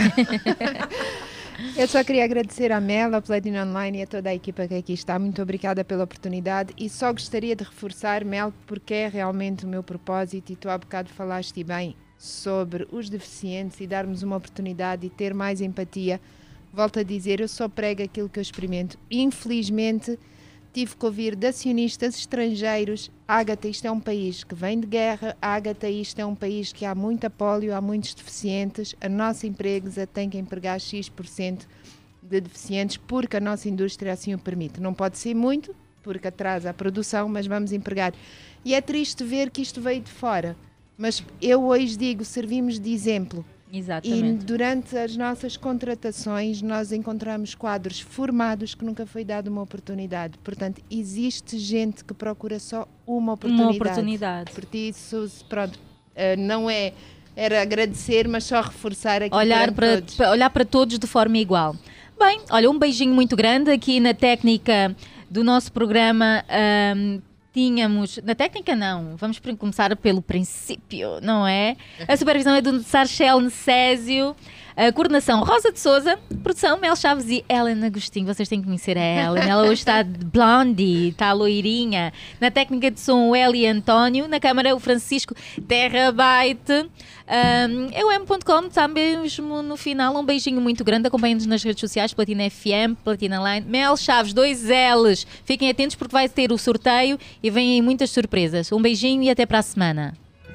Eu só queria agradecer a Mel, a Platina Online e a toda a equipa que aqui está. Muito obrigada pela oportunidade e só gostaria de reforçar, Mel, porque é realmente o meu propósito e tu há bocado falaste bem sobre os deficientes e darmos uma oportunidade e ter mais empatia. Volto a dizer, eu só prego aquilo que eu experimento. Infelizmente, tive que ouvir de acionistas estrangeiros: Ágata, isto é um país que vem de guerra, Ágata, isto é um país que há muita polio, há muitos deficientes, a nossa empresa tem que empregar X por cento de deficientes porque a nossa indústria assim o permite. Não pode ser muito, porque atrasa a produção, mas vamos empregar. E é triste ver que isto veio de fora, mas eu hoje digo, servimos de exemplo. Exatamente. E durante as nossas contratações nós encontramos quadros formados que nunca foi dada uma oportunidade. Portanto, existe gente que procura só uma oportunidade. Uma oportunidade. Por isso, pronto, não é, era agradecer, mas só reforçar aqui olhar para, todos. para olhar para todos de forma igual. Bem, olha, um beijinho muito grande aqui na técnica do nosso programa. Um, Tínhamos, na técnica não, vamos começar pelo princípio, não é? A supervisão é do Sarchel Necésio, a coordenação Rosa de Souza, produção Mel Chaves e Ellen Agostinho. Vocês têm que conhecer a Ellen, ela hoje está de blondie, está loirinha. Na técnica de som o Eli António, na câmara o Francisco Terrabyte. Um, é o M ponto com, está mesmo no final. Um beijinho muito grande, acompanhem-nos nas redes sociais, Platina F M, Platina Line, Mel Chaves, dois L's. Fiquem atentos porque vai ter o sorteio e vêm aí muitas surpresas. Um beijinho e até para a semana.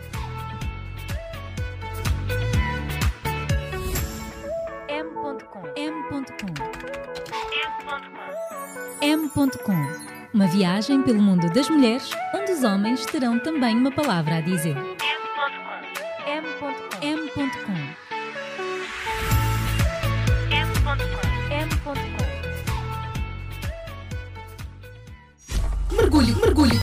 M ponto com M ponto com M ponto com, uma viagem pelo mundo das mulheres, onde os homens terão também uma palavra a dizer. M ponto com M ponto com M ponto com M ponto com Mergulho, mergulho.